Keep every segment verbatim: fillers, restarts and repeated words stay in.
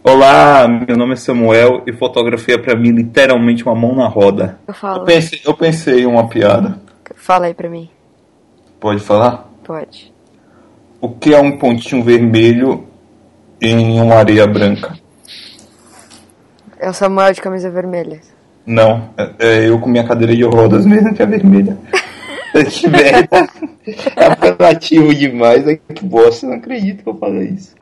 Olá, meu nome é Samuel e fotografia pra mim literalmente uma mão na roda. Eu falo. Eu pensei, eu pensei em uma piada. Fala aí pra mim. Pode falar? Pode. O que é um pontinho vermelho em uma areia branca? É o Samuel de camisa vermelha. Não, é, é eu com minha cadeira de rodas mesmo que é vermelha. Que merda. É apelativo demais, é que bosta, eu não acredito que eu falei isso.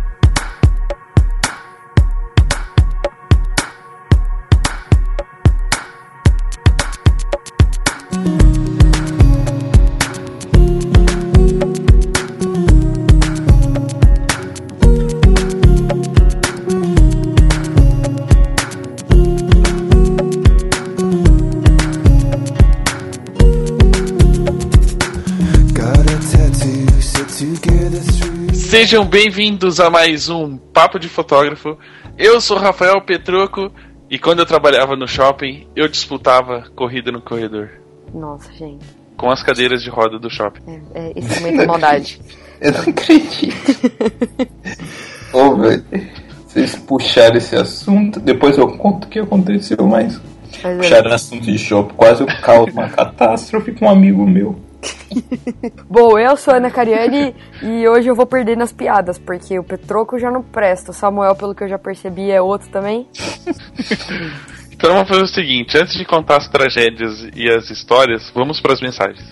Sejam bem-vindos a mais um Papo de Fotógrafo. Eu sou Rafael Petroco e quando eu trabalhava no shopping, eu disputava corrida no corredor. Nossa, gente. Com as cadeiras de roda do shopping. É, é, isso é muita maldade. Eu não acredito. Ô, velho, vocês puxaram esse assunto, depois eu conto o que aconteceu, mas... Mas puxaram o assunto de shopping, quase eu causo uma catástrofe com um amigo meu. Bom, eu sou a Ana Cariani e hoje eu vou perder nas piadas, porque o Petroco já não presta, o Samuel, pelo que eu já percebi, é outro também. Então vamos fazer o seguinte, antes de contar as tragédias e as histórias, vamos para as mensagens.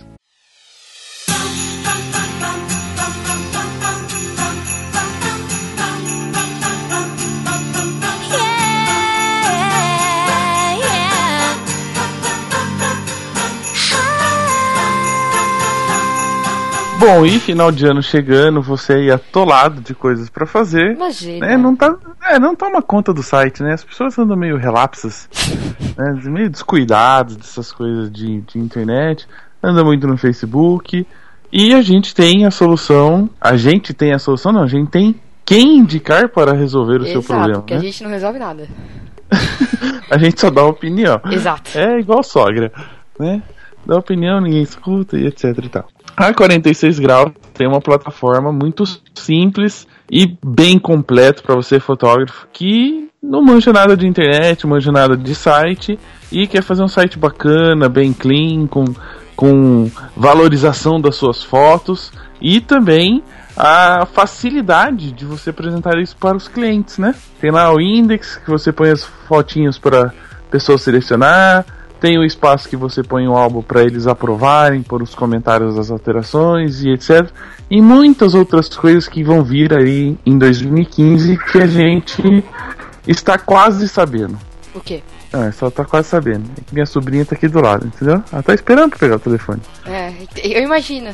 Bom, e final de ano chegando, você aí atolado de coisas pra fazer. Imagina. Né? Não, tá, é, não toma conta do site, né? As pessoas andam meio relapsas, né? Meio descuidados dessas coisas de, de internet, andam muito no Facebook. E a gente tem a solução, a gente tem a solução, não, a gente tem quem indicar para resolver o Exato, seu problema. porque né? a gente não resolve nada. A gente só dá opinião. Exato. É igual sogra, né? Dá opinião, ninguém escuta e etc e tal. A quarenta e seis graus tem uma plataforma muito simples e bem completa para você, fotógrafo, que não manja nada de internet, manja nada de site e quer fazer um site bacana, bem clean, com, com valorização das suas fotos e também a facilidade de você apresentar isso para os clientes, né? Tem lá o index que você põe as fotinhas para pessoa selecionar. Tem o espaço que você põe o álbum para eles aprovarem, por os comentários das alterações e etcétera. E muitas outras coisas que vão vir aí em dois mil e quinze que a gente está quase sabendo. O quê? Ah, só tá quase sabendo. É que minha sobrinha tá aqui do lado, entendeu? Ela tá esperando pra pegar o telefone. É, eu imagino.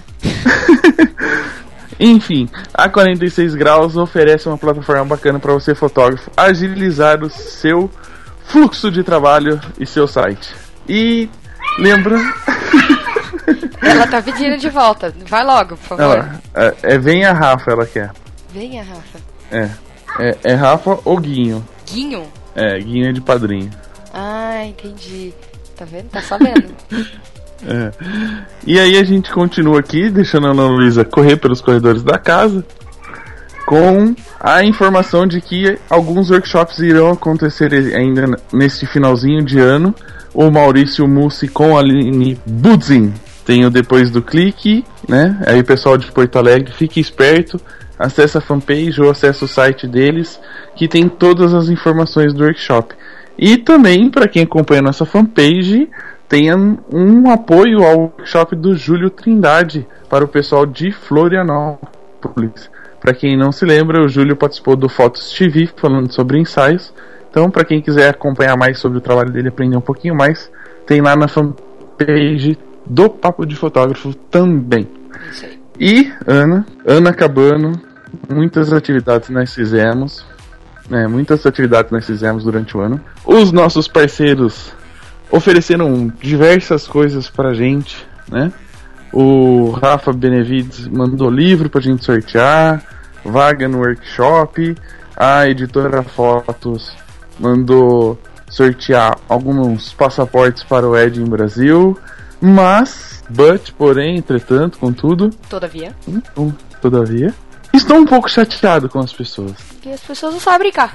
Enfim, a quarenta e seis graus oferece uma plataforma bacana para você, fotógrafo, agilizar o seu fluxo de trabalho e seu site. E lembra... Ela tá pedindo de volta. Vai logo, por favor. Ela, é, é Venha Rafa, ela quer. Venha, Rafa. É, é, é Rafa ou Guinho. Guinho? É, Guinho é de padrinho. Ah, entendi. Tá vendo? Tá sabendo. É. E aí a gente continua aqui, deixando a Ana Luísa correr pelos corredores da casa, com a informação de que alguns workshops irão acontecer ainda nesse finalzinho de ano. O Maurício Mussi com a Aline Budzin. Tem o Depois do Clique, né? Aí o pessoal de Porto Alegre, fique esperto, acessa a fanpage ou acessa o site deles, que tem todas as informações do workshop. E também, para quem acompanha nossa fanpage, tem um apoio ao workshop do Júlio Trindade para o pessoal de Florianópolis. Para quem não se lembra, o Júlio participou do Fotos T V falando sobre ensaios. Então, para quem quiser acompanhar mais sobre o trabalho dele, aprender um pouquinho mais, tem lá na fanpage do Papo de Fotógrafo também. E, Ana, Ana Cabano, muitas atividades nós fizemos, né, muitas atividades nós fizemos durante o ano. Os nossos parceiros ofereceram diversas coisas pra gente, né? O Rafa Benevides mandou livro pra gente sortear, vaga no workshop, a editora Fotos mandou sortear alguns passaportes para o Ed em Brasil, mas, but, porém, entretanto, contudo, Todavia. Então, todavia, estou um pouco chateado com as pessoas. Porque as pessoas não sabem brincar.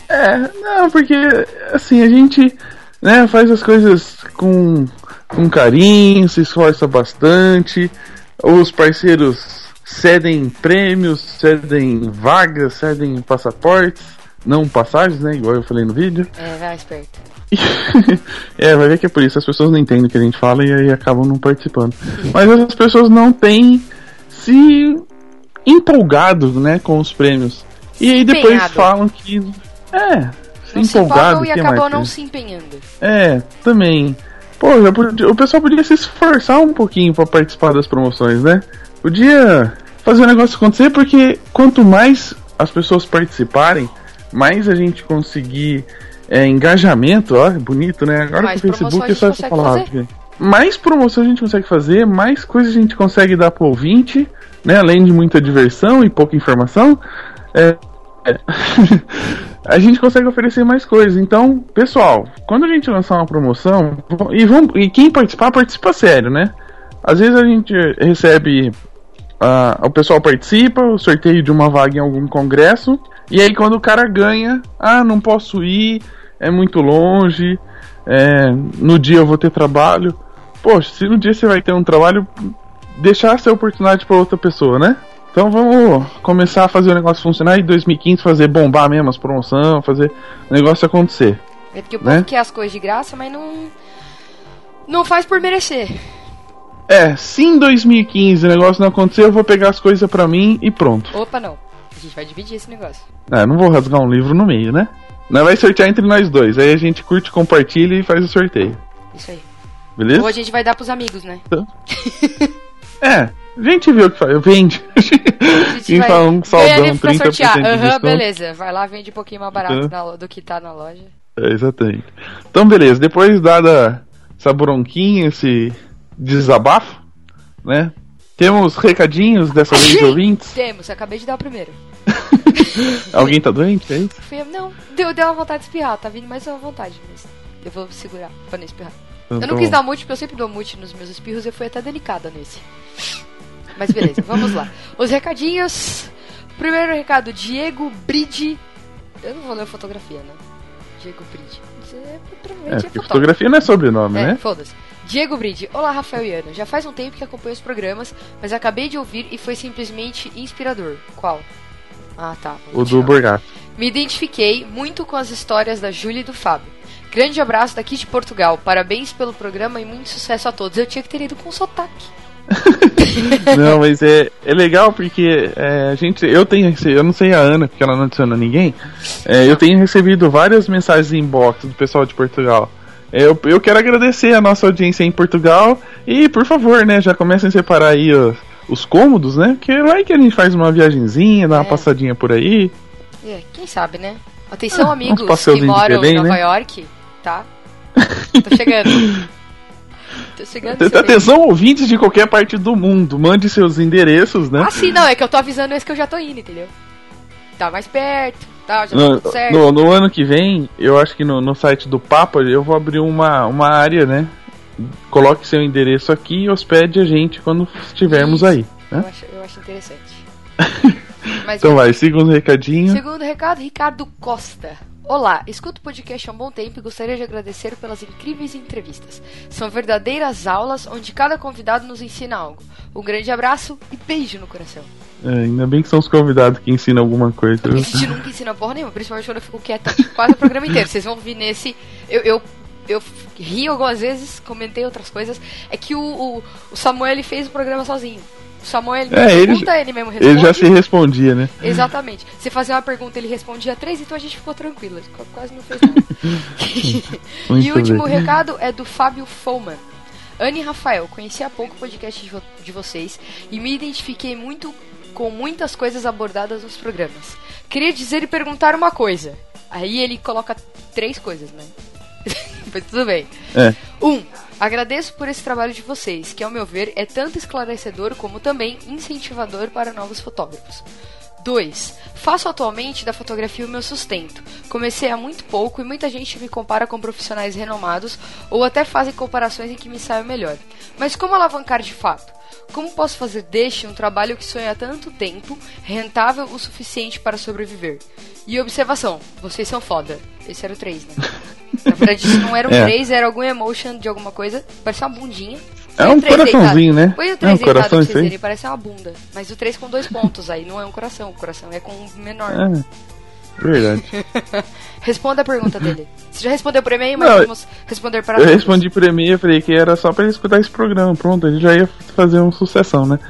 É, não, porque assim, a gente, né, faz as coisas com, com carinho, se esforça bastante, os parceiros cedem prêmios, cedem vagas, cedem passaportes, não passagens, né, igual eu falei no vídeo. É, vai esperto. É, vai ver que é por isso, as pessoas não entendem o que a gente fala e aí acabam não participando. Mas as pessoas não têm se empolgado, né, com os prêmios. E aí depois Empenhado. falam que... É, se Não se empolgado, empolgam e que acabam mais não tem? se empenhando. É, também. Pô, já podia- o pessoal podia se esforçar um pouquinho pra participar das promoções, né? Podia fazer o negócio acontecer, porque quanto mais as pessoas participarem, mais a gente conseguir é, engajamento, ó, bonito, né? Agora Mais com o Facebook promoção é só a essa gente palavra. consegue gente. Mais promoção a gente consegue fazer, mais coisa a gente consegue dar pro ouvinte, né? Além de muita diversão e pouca informação. É, é. A gente consegue oferecer mais coisas. Então, pessoal, quando a gente lançar uma promoção, e, vamos, e quem participar, participa sério, né? Às vezes a gente recebe, uh, o pessoal participa, o sorteio de uma vaga em algum congresso, e aí quando o cara ganha, ah, não posso ir, é muito longe, é, no dia eu vou ter trabalho. Poxa, se no dia você vai ter um trabalho, deixar essa oportunidade para outra pessoa, né? Então vamos começar a fazer o negócio funcionar e em dois mil e quinze fazer bombar mesmo as promoções, fazer o negócio acontecer. É porque o né? povo quer as coisas de graça, mas não. Não faz por merecer. É, se em dois mil e quinze o negócio não acontecer, eu vou pegar as coisas pra mim e pronto. Opa, não. A gente vai dividir esse negócio. É, não vou rasgar um livro no meio, né? Nós vai sortear entre nós dois. Aí a gente curte, compartilha e faz o sorteio. Isso aí. Beleza? Ou a gente vai dar pros amigos, né? Então. É, a gente vê o que faz. Vende. A gente Quem vai fala um ganhar saldão, livro pra trinta por cento sortear. de Aham, desconto. beleza. Vai lá, vende um pouquinho mais barato Uhum. na- do que tá na loja. É, exatamente. Então, beleza. Depois dada essa bronquinha, esse desabafo, né? Temos recadinhos dessa vez de ouvintes. Temos, acabei de dar o primeiro. Alguém tá doente, é isso? Fui eu- Não, deu, deu uma vontade de espirrar. Tá vindo mais uma vontade, mas eu vou segurar pra não espirrar. Então, Eu não tá quis bom. dar mute, porque eu sempre dou mute nos meus espirros e eu fui até delicada nesse. Mas beleza, vamos lá. Os recadinhos. Primeiro recado, Diego Bride. Eu não vou ler a fotografia, né? Diego Bride. Isso é, provavelmente É, é porque fotógrafo. fotografia não é sobrenome, É, né? foda-se. Diego Bride. Olá, Rafael e Ana. Já faz um tempo que acompanho os programas, mas acabei de ouvir e foi simplesmente inspirador. Qual? Ah, tá. O do Borgato. Me identifiquei muito com as histórias da Júlia e do Fábio. Grande abraço daqui de Portugal. Parabéns pelo programa e muito sucesso a todos. Eu tinha que ter ido com sotaque. Não, mas é, é legal porque é, a gente, eu tenho recebido, eu não sei a Ana, porque ela não adiciona ninguém, é, eu tenho recebido várias mensagens em inbox do pessoal de Portugal. É, eu, eu quero agradecer a nossa audiência em Portugal e, por favor, né, já comecem a separar aí ó, os cômodos, né, porque é lá que a gente faz uma viagenzinha, dá uma É. passadinha por aí. É, quem sabe, né? Atenção, Ah, amigos uns que passeuzinhos de moram em Belém, Nova né? York, tá? Tô chegando. Tô chegando. seu bem. Atenção, ouvintes de qualquer parte do mundo, mande seus endereços, né? Ah, sim, não, é que eu tô avisando esse que eu já tô indo, entendeu? Tá mais perto, tá, já tá No, tudo certo. no, no ano que vem, eu acho que no, no site do Papa eu vou abrir uma, uma área, né? Coloque seu endereço aqui e hospede a gente quando estivermos Isso. aí, né? Eu acho, eu acho interessante. Mas Então vai, segundo recadinho. segundo recado, Ricardo Costa. Olá, escuto o podcast há um bom tempo e gostaria de agradecer pelas incríveis entrevistas. São verdadeiras aulas onde cada convidado nos ensina algo. Um grande abraço e beijo no coração. É, ainda bem que são os convidados que ensinam alguma coisa. Porque a gente nunca ensina porra nenhuma, principalmente quando eu fico quieta quase o programa inteiro. Vocês vão vir nesse... Eu, eu, eu ri algumas vezes, comentei outras coisas. É que o, o, o Samuel ele fez o programa sozinho. O Samuel ele É, ele- pergunta, ele mesmo responde. Ele já se respondia, né? Exatamente. Você fazia uma pergunta, ele respondia três, então a gente ficou tranquilo. Qu- Quase não fez nada. E Muito o último bem. recado é do Fábio Foman. Anne e Rafael, conheci há pouco o podcast de, vo- de vocês e me identifiquei muito com muitas coisas abordadas nos programas. Queria dizer e perguntar uma coisa. Aí ele coloca três coisas, né? Mas tudo bem. É. Um, agradeço por esse trabalho de vocês, que ao meu ver é tanto esclarecedor como também incentivador para novos fotógrafos. dois. Faço atualmente da fotografia o meu sustento. Comecei há muito pouco e muita gente me compara com profissionais renomados ou até fazem comparações em que me saio melhor. Mas como alavancar de fato? Como posso fazer deste um trabalho que sonho há tanto tempo, rentável o suficiente para sobreviver? E observação, vocês são foda. Esse era o três, né? Na verdade, isso não era um três, é. era algum emotion de alguma coisa. Parecia uma bundinha. É um coraçãozinho, né? Põe o três é um coração pra vocês verem, parece uma bunda. Mas o três com dois pontos aí, não é um coração. O coração é com um menor. É, verdade. Responda a pergunta dele. Você já respondeu por e-mail, mas não, vamos responder para Eu todos. respondi por e-mail e falei que era só pra ele escutar esse programa. Pronto, ele já ia fazer uma sucessão, né?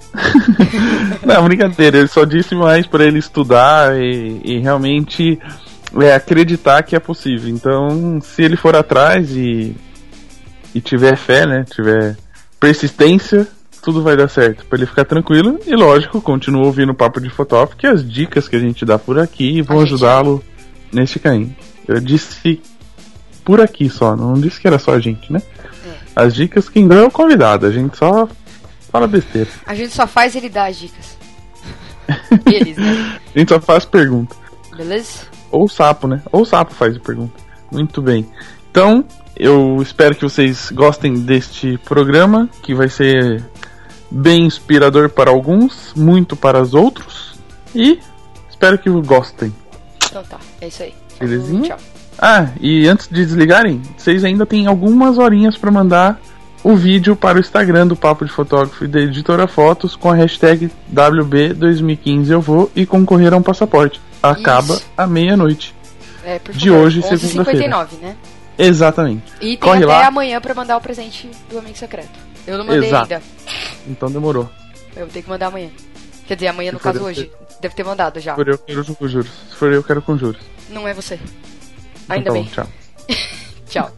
Não, brincadeira. Ele só disse mais pra ele estudar e, e realmente é, acreditar que é possível. Então, se ele for atrás e... e tiver fé, né, tiver persistência, tudo vai dar certo, pra ele ficar tranquilo. E lógico, continua ouvindo o Papo de Fotógrafo, que as dicas que a gente dá por aqui vão ajudá-lo neste caminho. Eu disse por aqui só, não disse que era só a gente, né? É. As dicas quem dá é o convidado, a gente só fala besteira. A gente só faz ele dar as dicas. Eles, né? A gente só faz pergunta. Beleza? Ou o sapo, né? Ou o sapo faz a pergunta. Muito bem. Então, eu espero que vocês gostem deste programa, que vai ser bem inspirador para alguns, muito para os outros. E espero que gostem. Então tá, é isso aí. Belezinha? Tchau. Ah, e antes de desligarem, vocês ainda têm algumas horinhas para mandar o vídeo para o Instagram do Papo de Fotógrafo e da Editora Fotos com a hashtag W B dois mil e quinze eu vou e concorrer a um passaporte. Acaba isso. à meia-noite é, por favor, de hoje, onze e segunda-feira. cinquenta e nove, né? Exatamente. E tem Corre até lá. amanhã pra mandar o presente do Amigo Secreto. Eu não mandei Exato. ainda. Então demorou. Eu vou ter que mandar amanhã. Quer dizer, amanhã no Se caso for hoje. Deve ter mandado já. Se for eu, quero com juros. Se for eu, quero com juros. Não é você. Então Ainda tá bem. Bom, tchau. Tchau.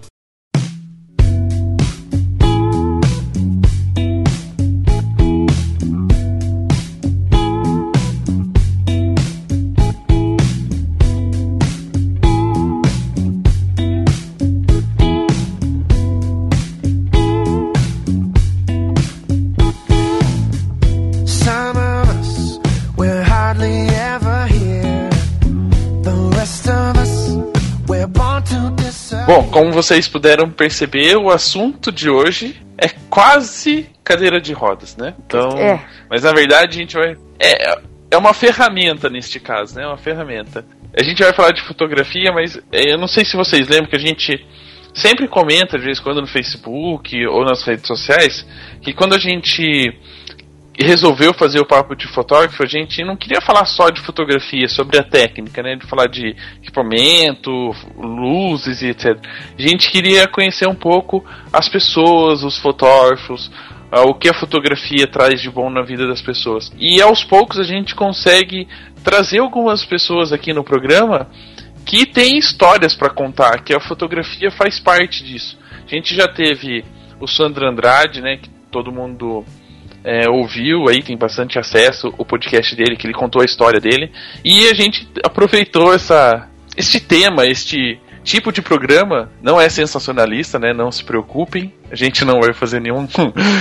Bom, como vocês puderam perceber, o assunto de hoje é quase cadeira de rodas, né? Então, é. Mas na verdade a gente vai... É, é uma ferramenta neste caso, né? Uma ferramenta. A gente vai falar de fotografia, mas eu não sei se vocês lembram que a gente sempre comenta, de vez em quando, no Facebook ou nas redes sociais, que quando a gente resolveu fazer o Papo de Fotógrafo, a gente não queria falar só de fotografia, sobre a técnica, né? De falar de equipamento, luzes e etcétera. A gente queria conhecer um pouco as pessoas, os fotógrafos, o que a fotografia traz de bom na vida das pessoas. E aos poucos a gente consegue trazer algumas pessoas aqui no programa que têm histórias para contar, que a fotografia faz parte disso. A gente já teve o Sandro Andrade, né? Que todo mundo... É, ouviu aí, tem bastante acesso o podcast dele, que ele contou a história dele, e a gente aproveitou essa, este tema, este tipo de programa. Não é sensacionalista, né? Não se preocupem, a gente não vai fazer nenhum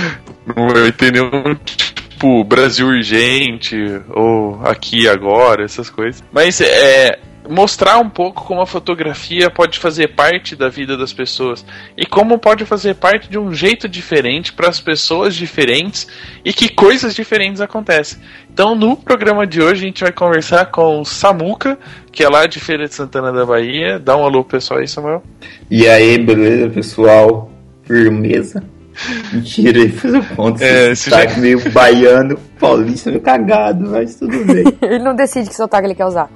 não vai ter nenhum tipo Brasil Urgente ou Aqui Agora, essas coisas, mas é mostrar um pouco como a fotografia pode fazer parte da vida das pessoas e como pode fazer parte de um jeito diferente para as pessoas diferentes e que coisas diferentes acontecem. Então, no programa de hoje a gente vai conversar com o Samuca, que é lá de Feira de Santana da Bahia. Dá um alô pessoal aí, Samuel. E aí, beleza, pessoal? Firmeza? Mentira, ele fez o ponto. É, esse sotaque já... meio baiano, paulista, meio cagado, mas tudo bem. Ele não decide que sotaque ele quer usar.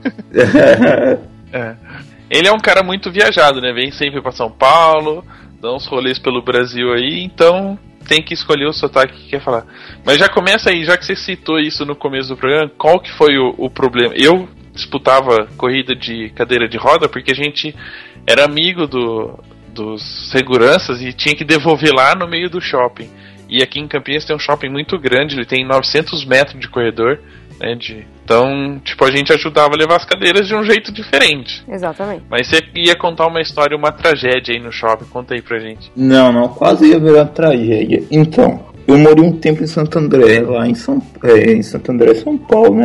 É. Ele é um cara muito viajado, né? Vem sempre pra São Paulo, dá uns rolês pelo Brasil aí, então tem que escolher o sotaque que quer falar. Mas já começa aí, já que você citou isso no começo do programa, qual que foi o, o problema? Eu disputava corrida de cadeira de roda porque a gente era amigo do... dos seguranças e tinha que devolver lá no meio do shopping. E aqui em Campinas tem um shopping muito grande, ele tem novecentos metros de corredor, né, de... Então, tipo, a gente ajudava a levar as cadeiras de um jeito diferente. Exatamente. Mas você ia contar uma história, uma tragédia aí no shopping, conta aí pra gente. Não, não, quase ia virar tragédia. Então, eu morei um tempo em Santo André, lá em São, é, em Santo André, São Paulo, né?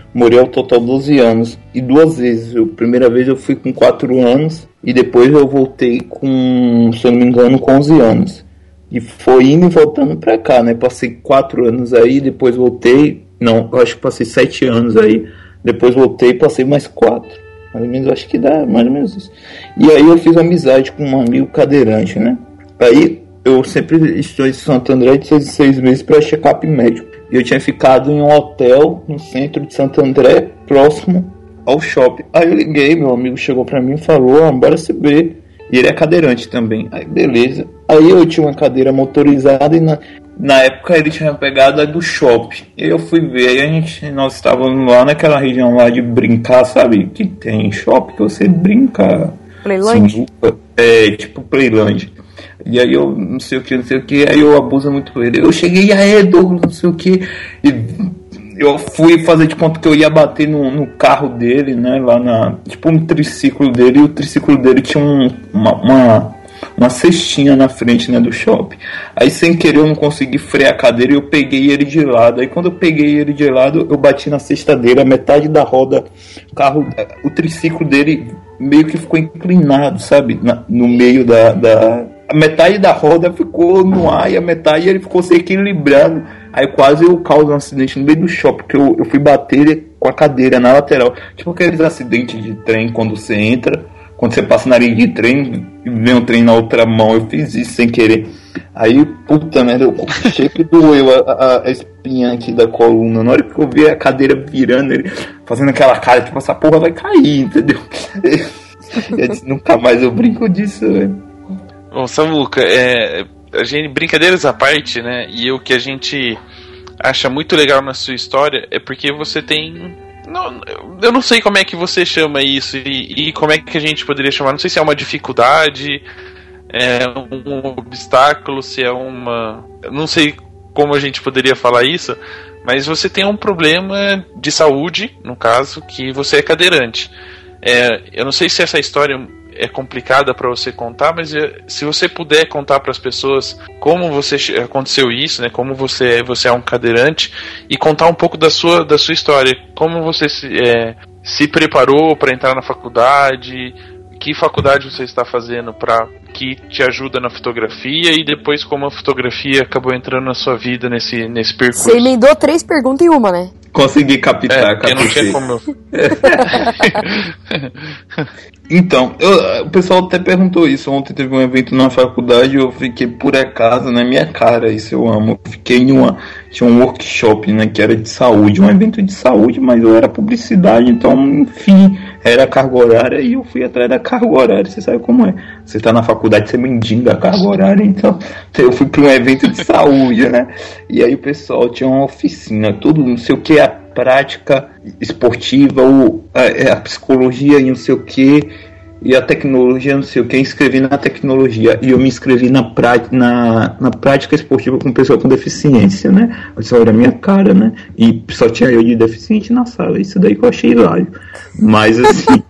morei ao total doze anos. E duas vezes. A primeira vez eu fui com quatro anos. E depois eu voltei com, se eu não me engano, com onze anos. E foi indo e voltando pra cá, né? Passei quatro anos aí, depois voltei. Não, eu acho que passei sete anos aí. Depois voltei e passei mais quatro. Mais ou menos, acho que dá mais ou menos isso. E aí eu fiz amizade com um amigo cadeirante, né? Aí eu sempre estou em Santo André de seis em seis meses para check-up médico. E eu tinha ficado em um hotel no centro de Santo André, próximo ao shopping. Aí eu liguei, meu amigo chegou pra mim e falou, ah, bora se ver. E ele é cadeirante também. Aí beleza. Aí eu tinha uma cadeira motorizada e na, na época ele tinha pegado a do shopping. E eu fui ver, aí a gente, nós estávamos lá naquela região lá de brincar, sabe? Que tem shopping que você brinca. Playland? É, tipo Playland. E aí eu não sei o que, não sei o que, aí eu abuso muito com ele. Eu cheguei, aí Douglas, não sei o que. E eu fui fazer de conta que eu ia bater no, no carro dele, né? Lá na. Tipo um triciclo dele, e o triciclo dele tinha um, uma, uma, uma cestinha na frente, né, do shopping. Aí sem querer eu não consegui frear a cadeira e eu peguei ele de lado. Aí quando eu peguei ele de lado, eu bati na cesta dele, a metade da roda, o carro, o triciclo dele meio que ficou inclinado, sabe? Na, no meio da, da. A metade da roda ficou no ar e a metade ele ficou se equilibrando. Aí quase eu causo um acidente no meio do shopping, porque eu, eu fui bater com a cadeira na lateral. Tipo aqueles acidentes de trem quando você entra, quando você passa na linha de trem e vem o trem na outra mão. Eu fiz isso sem querer. Aí, puta merda, eu achei que doeu a, a, a espinha aqui da coluna. Na hora que eu vi a cadeira virando, ele fazendo aquela cara, tipo, essa porra vai cair, entendeu? Eu disse, nunca mais eu brinco disso, velho. Bom, Samuca, é, a gente, brincadeiras à parte, né? E o que a gente acha muito legal na sua história é porque você tem. Não, eu não sei como é que você chama isso e, e como é que a gente poderia chamar. Não sei se é uma dificuldade, é um obstáculo, se é uma. Não sei como a gente poderia falar isso, mas você tem um problema de saúde, no caso, que você é cadeirante. É, eu não sei se essa história é complicada para você contar, mas se você puder contar para as pessoas como você aconteceu isso, né? Como você você é um cadeirante e contar um pouco da sua da sua história, como você se, é, se preparou para entrar na faculdade, que faculdade você está fazendo para que te ajuda na fotografia e depois como a fotografia acabou entrando na sua vida nesse nesse percurso. Você emendou três perguntas em uma, né? Consegui captar, é, porque não tinha como eu... Então, eu, o pessoal até perguntou isso. Ontem teve um evento na faculdade. Eu fiquei por acaso na minha cara. Isso eu amo. Eu fiquei em uma. Tinha um workshop, né? Que era de saúde. Um evento de saúde, mas eu era publicidade. Então, enfim, era carga horária. E eu fui atrás da carga horária. Você sabe como é. Você tá na faculdade, você mendiga a carga horária. Então, eu fui para um evento de saúde, né? E aí o pessoal tinha uma oficina. Tudo, não sei o que, a prática esportiva, ou a, a psicologia e não sei o que, e a tecnologia, não sei o que, inscrevi na tecnologia, e eu me inscrevi na, prá, na, na prática esportiva com pessoa com deficiência, né? Isso era a minha cara, né? E só tinha eu de deficiente na sala, isso daí que eu achei hilário. Mas assim,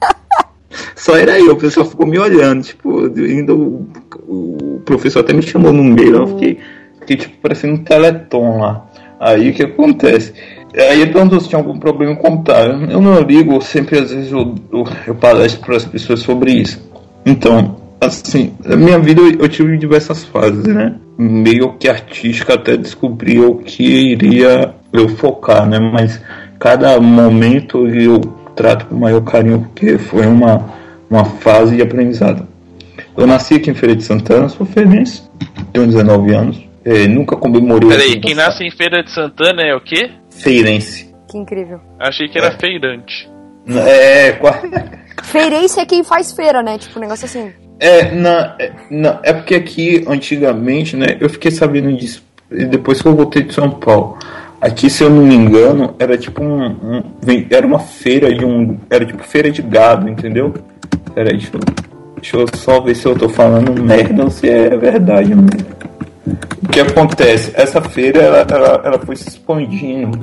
só era eu, o pessoal ficou me olhando, tipo, ainda o, o professor até me chamou no meio, eu fiquei, fiquei tipo parecendo um teleton lá. Aí o que acontece? Aí ele perguntou se tinha algum problema em contar. Eu não ligo, sempre às vezes eu, eu, eu palestro para as pessoas sobre isso. Então, assim, na minha vida eu, eu tive diversas fases, né? Meio que artística até descobrir o que iria eu focar, né? Mas cada momento eu trato com o maior carinho porque foi uma, uma fase de aprendizado. Eu nasci aqui em Feira de Santana, sou feirense, tenho dezenove anos. É, nunca comemorei. Peraí, quem nasce em Feira de Santana é o quê? Feirense. Que incrível. Achei que era é. feirante. É, quase. Feirense é quem faz feira, né? Tipo, um negócio assim. É, na, é, na, é porque aqui, antigamente, né? Eu fiquei sabendo disso depois que eu voltei de São Paulo. Aqui, se eu não me engano, era tipo um. um era uma feira de um. Era tipo feira de gado, entendeu? Peraí, deixa eu, deixa eu só ver se eu tô falando merda ou se é verdade mesmo. O que acontece? Essa feira ela, ela, ela foi se expandindo.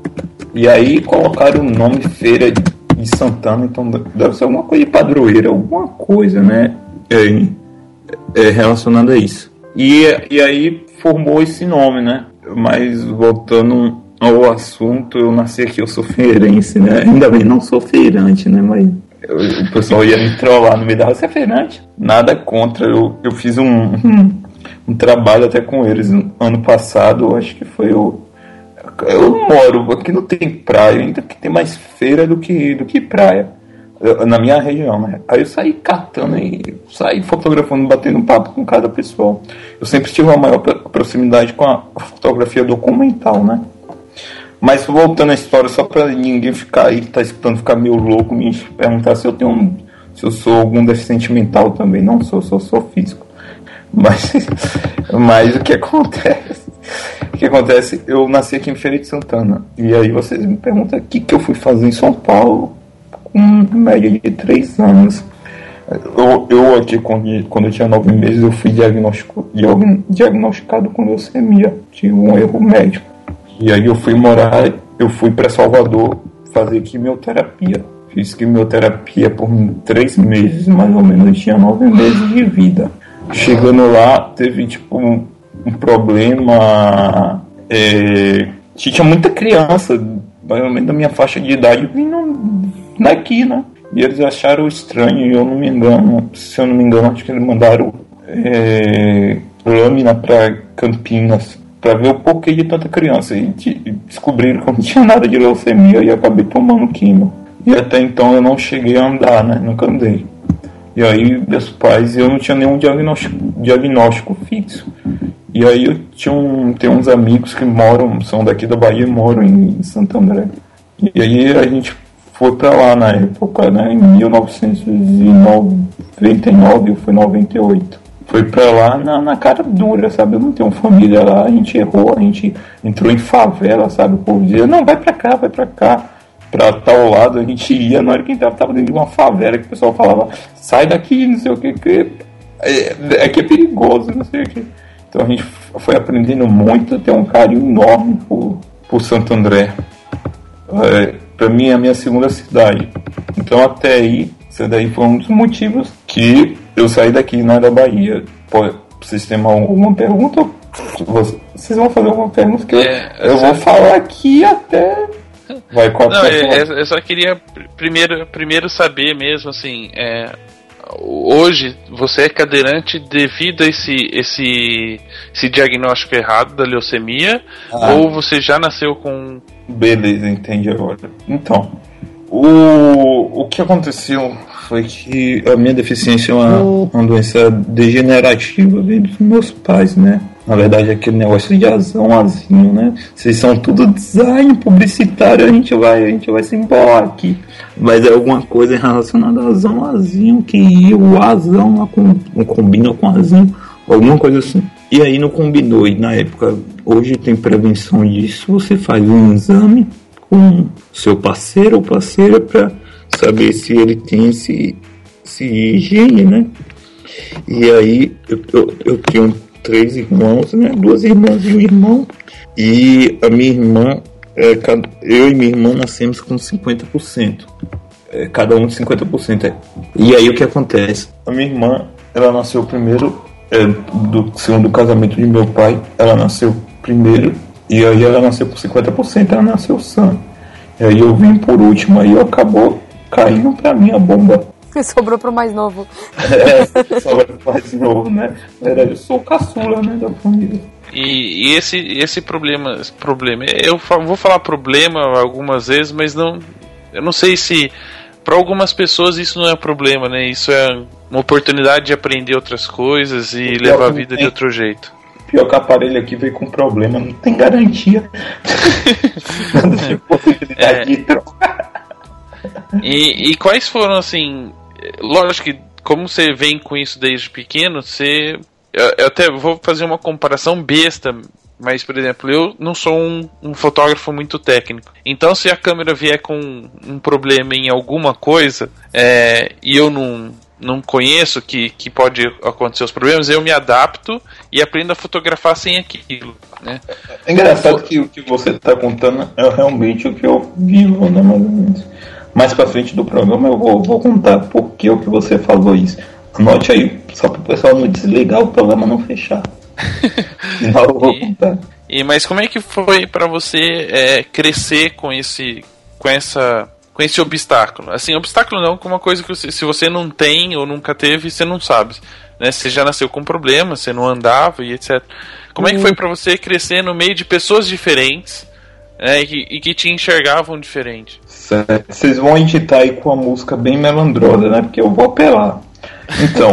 E aí colocaram o nome Feira de, de Santana. Então deve ser alguma coisa de padroeira, alguma coisa, né? É, é relacionada a isso. E, e aí formou esse nome, né? Mas voltando ao assunto, eu nasci aqui, eu sou feirense, né? Ainda bem, não sou feirante, né? Mas eu, o pessoal ia me trollar no meio da rua. Você é feirante? Nada contra, eu, eu fiz um, um, um trabalho até com eles no ano passado, acho que foi o... Eu moro, aqui não tem praia, ainda que tem mais feira do que, do que praia. Eu, na minha região, né? Aí eu saí catando e saí fotografando, batendo papo com cada pessoa. Eu sempre tive uma maior proximidade com a fotografia documental, né? Mas voltando à história, só pra ninguém ficar aí, tá escutando, ficar meio louco, me perguntar se eu tenho um, se eu sou algum deficiente mental também. Não sou, sou, sou físico. Mas, mas o que acontece? O que acontece? Eu nasci aqui em Feira de Santana. E aí vocês me perguntam o que, que eu fui fazer em São Paulo com média de três anos. Eu, eu aqui, quando, quando eu tinha nove meses, eu fui diagnóstico, diagnosticado com leucemia. Tive um erro médico. E aí eu fui morar, eu fui para Salvador fazer quimioterapia. Fiz quimioterapia por três meses, mais ou menos. Eu tinha nove meses de vida. Chegando lá, teve tipo um, um problema. É, tinha muita criança, mais ou menos da minha faixa de idade, vindo daqui, né? E eles acharam estranho, e eu não me engano, se eu não me engano, acho que eles mandaram é, lâmina para Campinas para ver o porquê de tanta criança. E de, descobriram que eu não tinha nada de leucemia e acabei tomando quimio. E até então eu não cheguei a andar, né? Nunca andei. E aí meus pais, eu não tinha nenhum diagnóstico, diagnóstico fixo. E aí eu tinha um, tem uns amigos que moram, são daqui da Bahia e moram em Santo André. E aí a gente foi pra lá na época, né, em mil novecentos e noventa e nove, foi noventa e oito. Foi pra lá na, na cara dura, sabe? Eu não tenho família lá, a gente errou, a gente entrou em favela, sabe? O povo dizia, não, vai pra cá, vai pra cá. Pra tal lado a gente ia, na hora que entrava, tava dentro de uma favela, que o pessoal falava, sai daqui, não sei o que, que é, é que é perigoso, não sei o que. Então a gente foi aprendendo muito, tem um carinho enorme por, por Santo André. É, pra mim é a minha segunda cidade. Então até aí, isso daí foi um dos motivos que eu saí daqui, na da Bahia. Pô, vocês têm alguma pergunta? Vocês vão fazer alguma pergunta que é, eu, eu vou falar aqui até... Vai, qual Não, eu, eu só queria primeiro, primeiro saber mesmo, assim, é, hoje você é cadeirante devido a esse, esse, esse diagnóstico errado da leucemia, ah. ou você já nasceu com... Beleza, entendi agora. Então, o, o que aconteceu foi que a minha deficiência é uma, uma doença degenerativa veio dos meus pais, né? Na verdade, aquele negócio de azão, azinho, né? Vocês são tudo design publicitário, a gente vai, a gente vai se embolar aqui. Mas é alguma coisa relacionada a azão, azinho, que o azão lá com, não combina com azinho, alguma coisa assim. E aí não combinou, e na época, hoje tem prevenção disso, você faz um exame com seu parceiro ou parceira para saber se ele tem esse, esse gene, né? E aí eu, eu, eu tenho três irmãos, né? Duas irmãs e um irmão. E a minha irmã, é, eu e minha irmã nascemos com cinquenta por cento. É, cada um de cinquenta por cento. É. E aí o que acontece? A minha irmã, ela nasceu primeiro, é, do segundo casamento de meu pai, ela nasceu primeiro. E aí ela nasceu com cinquenta por cento, ela nasceu sã. E aí eu vim por último, aí acabou caindo pra mim a bomba. Sobrou pro mais novo. É, sobrou pro mais novo, né? Eu sou o caçula, né, da família. E, e esse, esse problema, esse problema, eu vou falar problema algumas vezes, mas não, eu não sei se para algumas pessoas isso não é problema, né? Isso é uma oportunidade de aprender outras coisas e levar a vida de outro jeito. Pior que o aparelho aqui veio com problema, não tem garantia. Não tem possibilidade de trocar. E, e quais foram, assim, lógico que como você vem com isso desde pequeno, você, eu, eu até vou fazer uma comparação besta, mas, por exemplo, eu não sou um, um fotógrafo muito técnico, então se a câmera vier com um problema em alguma coisa, é, e eu não, não conheço que, que pode acontecer os problemas, eu me adapto e aprendo a fotografar sem aquilo, né? É engraçado que o que você está contando é realmente o que eu vivo, né, mais ou menos. Mais pra frente do programa eu vou, vou contar por que o que você falou isso. Anote aí, só para o pessoal não desligar, o programa não fechar. Senão eu vou e, contar. E, mas como é que foi pra você é, crescer com esse, com essa, com esse obstáculo? Assim, obstáculo não, com uma coisa que você, se você não tem ou nunca teve, você não sabe, né? Você já nasceu com problema, você não andava e etcétera. Como é que foi pra você crescer no meio de pessoas diferentes, né, e, que, e que te enxergavam diferente? Certo. Vocês vão editar aí com a música bem melandrosa, né? Porque eu vou apelar. Então.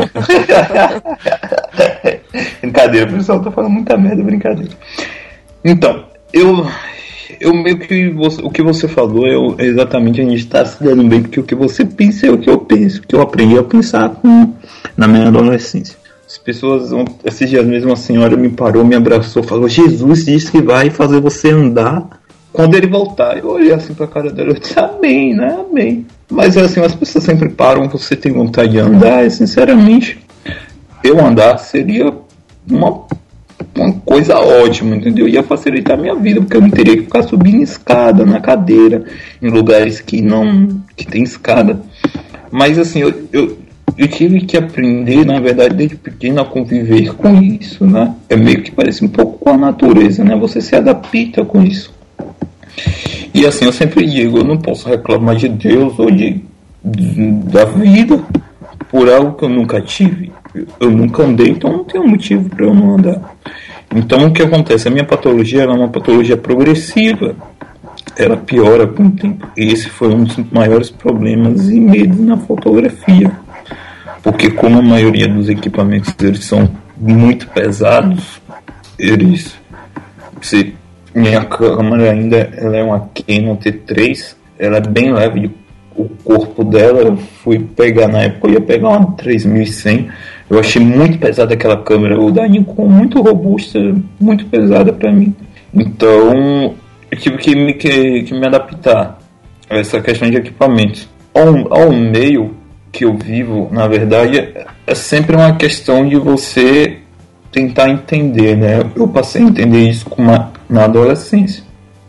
Brincadeira, pessoal, tô falando muita merda, brincadeira. Então, eu, eu meio que você, o que você falou eu, exatamente a gente está se dando bem, porque o que você pensa é o que eu penso, o que eu aprendi a pensar com, na minha adolescência. As pessoas, esses dias mesmo, uma senhora me parou, me abraçou, falou: Jesus disse que vai fazer você andar quando ele voltar. Eu olhei assim pra cara dela e disse: amém, né? Amém. Mas assim, as pessoas sempre param, você tem vontade de andar, e sinceramente, eu andar seria uma. uma coisa ótima, entendeu? Ia facilitar a minha vida, porque eu não teria que ficar subindo escada na cadeira, em lugares que não, que tem escada. Mas assim, eu, eu, eu tive que aprender, na verdade, desde pequeno a conviver com isso, né? É meio que parece um pouco com a natureza, né? Você se adapta com isso. E assim, eu sempre digo, eu não posso reclamar de Deus ou de, de da vida por algo que eu nunca tive. Eu nunca andei, então não tem motivo para eu não andar. Então o que acontece? A minha patologia era uma patologia progressiva. Ela piora com o tempo. E esse foi um dos maiores problemas e medos na fotografia. Porque como a maioria dos equipamentos eles são muito pesados, eles... Se, minha câmera ainda ela é uma Canon T três, ela é bem leve. O corpo dela, eu fui pegar na época, eu ia pegar uma três mil e cem. Eu achei muito pesada aquela câmera, o da Nikon muito robusta, muito pesada pra mim. Então, eu tive que me, que, que me adaptar a essa questão de equipamentos. Ao, ao meio que eu vivo, na verdade, é sempre uma questão de você tentar entender, né? Eu passei a entender isso com uma, na adolescência.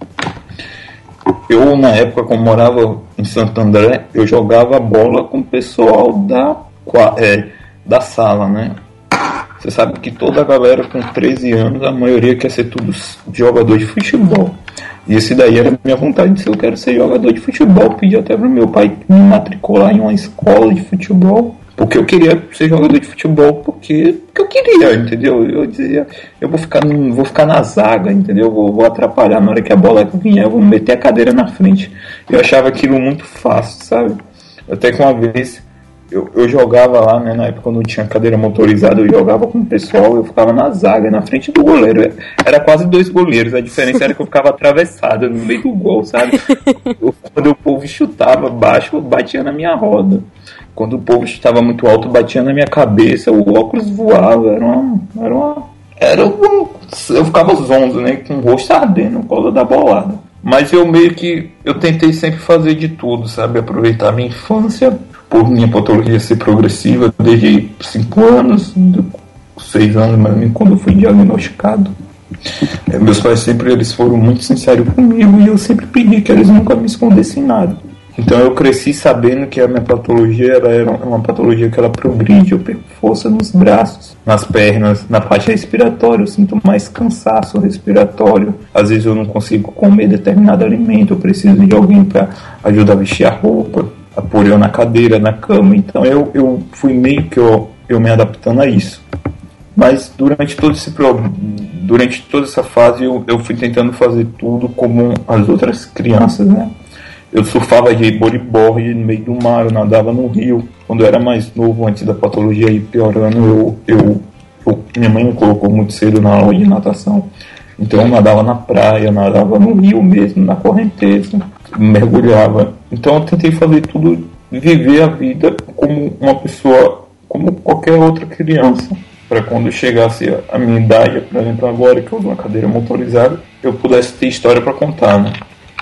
Eu, na época, como morava em Santo André, eu jogava bola com o pessoal da... É, da sala, né? Você sabe que toda a galera com treze anos, a maioria quer ser tudo jogador de futebol. E esse daí era a minha vontade de ser, eu quero ser jogador de futebol. Pedi até pro meu pai me matricular em uma escola de futebol, porque eu queria ser jogador de futebol, porque, porque eu queria, entendeu? Eu dizia, eu vou ficar, vou ficar na zaga, entendeu? Vou, vou atrapalhar, na hora que a bola vier, eu vou meter a cadeira na frente. Eu achava aquilo muito fácil, sabe? Até que uma vez... Eu, eu jogava lá, né, na época quando não tinha cadeira motorizada, eu jogava com o pessoal, eu ficava na zaga, na frente do goleiro. Era quase dois goleiros, a diferença era que eu ficava atravessado no meio do gol, sabe? Eu, quando o povo chutava baixo, batia na minha roda. Quando o povo chutava muito alto, batia na minha cabeça, o óculos voava, era uma... Era uma era um, eu ficava zonzo, né, com o rosto ardendo por causa da bolada. Mas eu meio que, eu tentei sempre fazer de tudo, sabe? Aproveitar a minha infância, por minha patologia ser progressiva desde cinco anos, seis anos mais ou menos, quando eu fui diagnosticado. É, meus pais sempre eles foram muito sinceros comigo e eu sempre pedi que eles nunca me escondessem nada. Então eu cresci sabendo que a minha patologia ela era uma patologia que ela progride, eu perco força nos braços, nas pernas, na parte respiratória, eu sinto mais cansaço respiratório. Às vezes eu não consigo comer determinado alimento, eu preciso de alguém para ajudar a vestir a roupa, a pôr eu na cadeira, na cama. Então eu, eu fui meio que eu, eu me adaptando a isso. Mas durante todo esse durante toda essa fase eu, eu fui tentando fazer tudo como as outras crianças, né? Eu surfava de bodyboard no meio do mar, eu nadava no rio. Quando eu era mais novo, antes da patologia ir piorando, eu, eu, eu, minha mãe me colocou muito cedo na aula de natação. Então eu nadava na praia, nadava no rio mesmo, na correnteza, mergulhava. Então eu tentei fazer tudo, viver a vida como uma pessoa, como qualquer outra criança. Para quando chegasse a minha idade, por exemplo agora que eu uso uma cadeira motorizada, eu pudesse ter história para contar, né?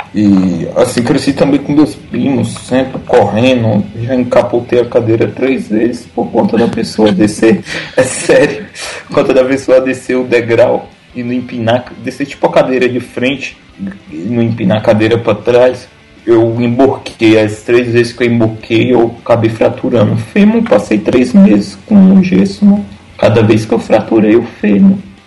E assim, cresci também com meus primos, sempre correndo, já encapotei a cadeira três vezes por conta da pessoa descer, é sério, por conta da pessoa descer o degrau e não empinar, descer tipo a cadeira de frente e não empinar a cadeira para trás. Eu emborquei, as três vezes que eu emborquei eu acabei fraturando o fêmur, passei três meses com um gesso, né? Cada vez que eu fraturei o fêmur.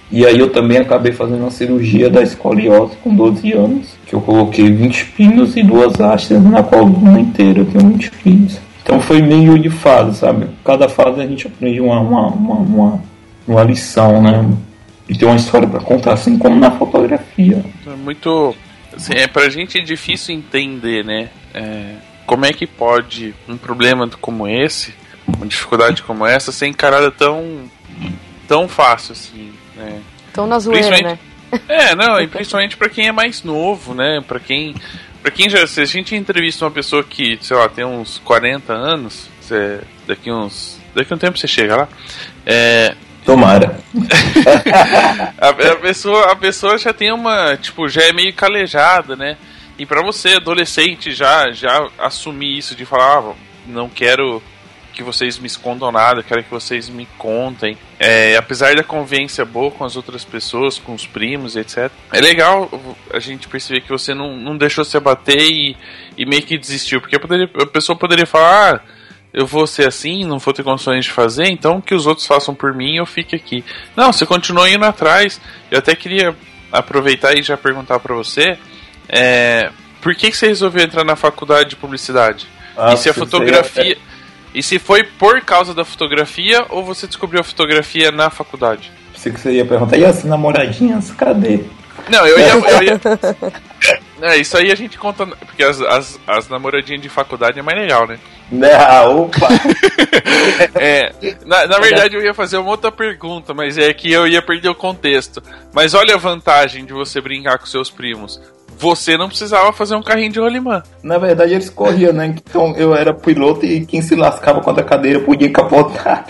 E aí eu também acabei fazendo uma cirurgia da escoliose com doze anos, que eu coloquei vinte pinos e duas hastes na coluna inteira, eu tenho vinte pinos. Então foi meio de fase, sabe? Cada fase a gente aprende uma, uma, uma, uma, uma lição, né? E tem uma história para contar, assim como na fotografia. É muito... Assim, é pra gente é difícil entender, né? É, como é que pode um problema como esse, uma dificuldade como essa, ser encarada tão, tão fácil, assim, né? Tão na zoeira, né? É, não, e principalmente pra quem é mais novo, né? Pra quem... Pra quem já, se a gente entrevista uma pessoa que, sei lá, tem uns quarenta anos, você, daqui uns. Daqui a um tempo você chega lá. É, Tomara. a, a, pessoa, a pessoa já tem uma. Tipo, já é meio calejada, né? E pra você, adolescente, já, já assumir isso de falar, ah, não quero que vocês me escondam nada, quero que vocês me contem. É, apesar da convivência boa com as outras pessoas, com os primos, etcétera. É legal a gente perceber que você não, não deixou se abater e, e meio que desistiu. Porque poderia, a pessoa poderia falar, ah, eu vou ser assim, não vou ter condições de fazer, então que os outros façam por mim e eu fique aqui. Não, você continuou indo atrás. Eu até queria aproveitar e já perguntar pra você, é, por que, que você resolveu entrar na faculdade de publicidade? Ah, e se a fotografia... E se foi por causa da fotografia ou você descobriu a fotografia na faculdade? Pensei que você ia perguntar, e as namoradinhas, cadê? Não, eu ia... Eu ia... É, isso aí a gente conta, porque as, as, as namoradinhas de faculdade é mais legal, né? Não, opa! É, na, na verdade eu ia fazer uma outra pergunta, mas é que eu ia perder o contexto. Mas olha a vantagem de você brincar com seus primos. Você não precisava fazer um carrinho de rolimã. Na verdade eles corriam, né? Então eu era piloto e quem se lascava contra a cadeira podia capotar.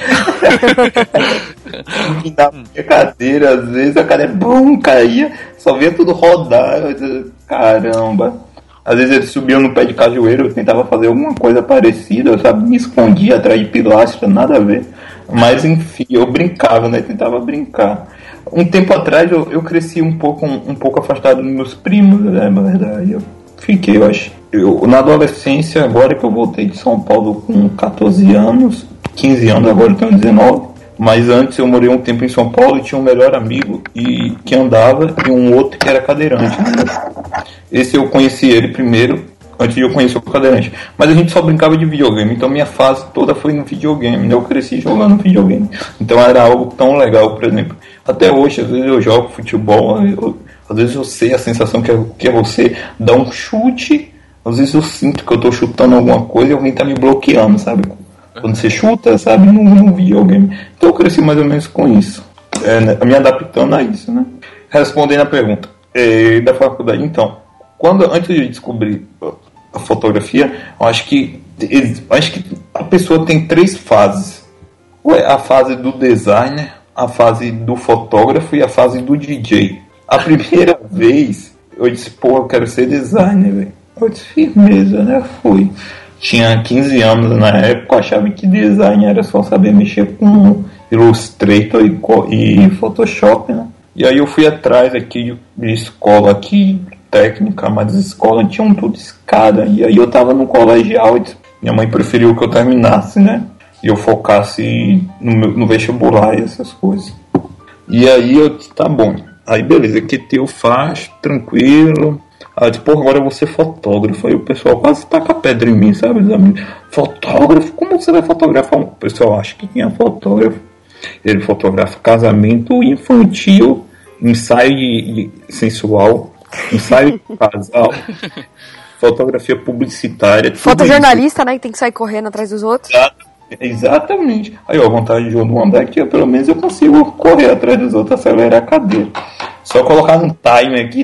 Quem dava a cadeira, às vezes a cadeira bum, caía, só via tudo rodar. Eu dizia, caramba. Às vezes eles subiam no pé de cajueiro, eu tentava fazer alguma coisa parecida, eu sabe, me escondia atrás de pilastra, nada a ver. Mas enfim, eu brincava, né? Tentava brincar. Um tempo atrás eu, eu cresci um pouco, um, um pouco afastado dos meus primos, né, na verdade. Eu fiquei, eu acho. Eu, na adolescência, agora que eu voltei de São Paulo com catorze anos, quinze anos, agora eu tenho dezenove. Mas antes eu morei um tempo em São Paulo e tinha um melhor amigo e, que andava e um outro que era cadeirante. Né? Esse eu conheci ele primeiro, antes de eu conhecer o cadeirante. Mas a gente só brincava de videogame, então minha fase toda foi no videogame, né? Eu cresci jogando videogame. Então era algo tão legal, por exemplo. Até hoje, às vezes eu jogo futebol, eu, às vezes eu sei a sensação que é, que é você dar um chute, às vezes eu sinto que eu tô chutando alguma coisa e alguém tá me bloqueando, sabe? Quando você chuta, sabe, no, no videogame. Então eu cresci mais ou menos com isso, é, né? Me adaptando a isso, né? Respondendo a pergunta é, da faculdade, então, quando, antes de descobrir a fotografia, eu acho que, eu acho que a pessoa tem três fases. A fase do designer, a fase do fotógrafo e a fase do D J. A primeira vez eu disse, pô, eu quero ser designer, velho. Eu disse, firmeza, né? Fui. Tinha quinze anos na época, eu achava que design era só saber mexer com Illustrator e, e Photoshop, né? E aí eu fui atrás aqui de escola aqui, técnica, mas as escolas tinham tudo escada. E aí eu tava no colegial e minha mãe preferiu que eu terminasse, né? E eu focasse no, meu, no vestibular e essas coisas. E aí eu disse, tá bom. Aí beleza, que eu faço, tranquilo. Aí disse, pô, agora eu vou ser fotógrafo. Aí o pessoal quase taca pedra em mim, sabe? Fotógrafo? Como você vai fotografar? O pessoal acha que quem é fotógrafo, ele fotografa casamento infantil, ensaio de, de sensual, ensaio de casal, fotografia publicitária. Fotojornalista, né? Que tem que sair correndo atrás dos outros. Exato. Exatamente. Aí, ó, a vontade de um do andar que pelo menos eu consigo correr atrás dos outros, acelerar a cadeira. Só colocar um timer aqui.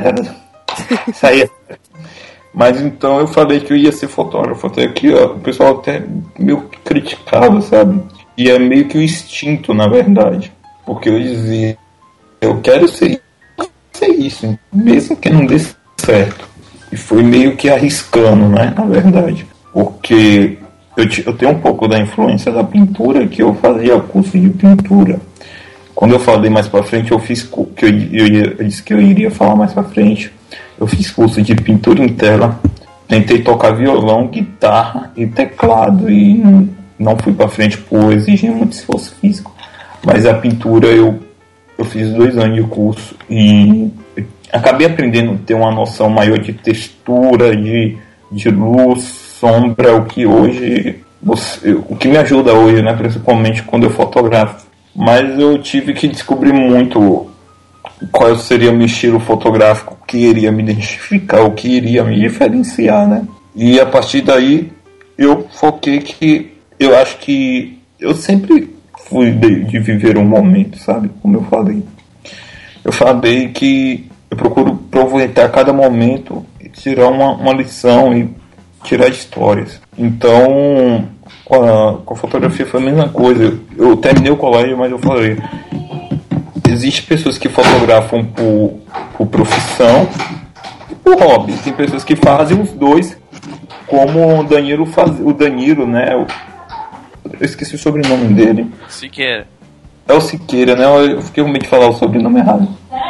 Sair. Mas então eu falei que eu ia ser fotógrafo. Até aqui, ó, o pessoal até meio que criticava, sabe? E é meio que o instinto, na verdade. Porque eu dizia, eu quero ser, ser isso, mesmo que não dê certo. E foi meio que arriscando, né? Na verdade. Porque Eu, eu tenho um pouco da influência da pintura, que eu fazia curso de pintura. Quando eu falei mais pra frente, eu fiz que eu, eu, eu disse que eu iria falar mais pra frente. Eu fiz curso de pintura em tela, tentei tocar violão, guitarra e teclado e não fui pra frente por exigir muito esforço físico. Mas a pintura eu, eu fiz dois anos de curso e acabei aprendendo a ter uma noção maior de textura, de, de luz, sombra, o que hoje, você, o que me ajuda hoje, né, principalmente quando eu fotografo. Mas eu tive que descobrir muito qual seria o meu estilo fotográfico, o que iria me identificar, o que iria me diferenciar, né? E a partir daí eu foquei que eu acho que eu sempre fui de, de viver um momento, sabe? Como eu falei. Eu falei que eu procuro aproveitar cada momento e tirar uma, uma lição e tirar histórias. Então, com a, com a fotografia foi a mesma coisa. Eu, eu terminei o colégio, mas eu falei... Existem pessoas que fotografam por, por profissão e por hobby. Tem pessoas que fazem os dois, como o Danilo faz, o Danilo, né? Eu, eu esqueci o sobrenome dele. Siqueira. É o Siqueira, né? Eu fiquei com medo de falar o sobrenome errado.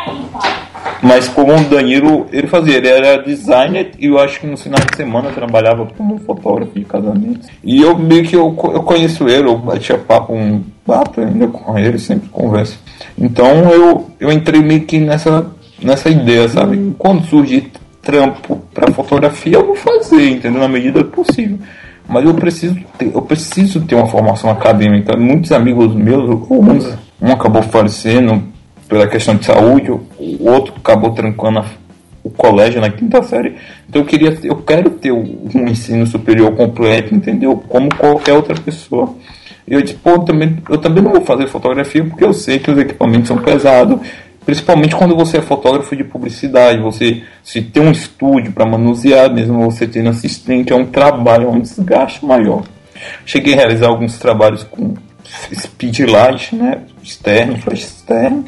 Mas como o Danilo, ele fazia, ele era designer e eu acho que no final de semana trabalhava como fotógrafo de casamentos. E eu meio que eu, eu conheço ele, eu batia papo, um papo ainda com ele, sempre converso. Então eu, eu entrei meio que nessa, nessa ideia, sabe? Quando surgir trampo para fotografia, eu vou fazer, entendeu? Na medida do possível. Mas eu preciso ter, eu preciso ter uma formação acadêmica. Muitos amigos meus, alguns, um acabou falecendo pela questão de saúde, o outro acabou trancando a, o colégio na quinta série. Então eu queria, eu quero ter um ensino superior completo, entendeu? Como qualquer outra pessoa. E eu disse, pô, eu também, eu também não vou fazer fotografia porque eu sei que os equipamentos são pesados, principalmente quando você é fotógrafo de publicidade. Você se tem um estúdio para manusear, mesmo você tendo assistente, é um trabalho, é um desgaste maior. Cheguei a realizar alguns trabalhos com speedlight, né, externo, flash externo.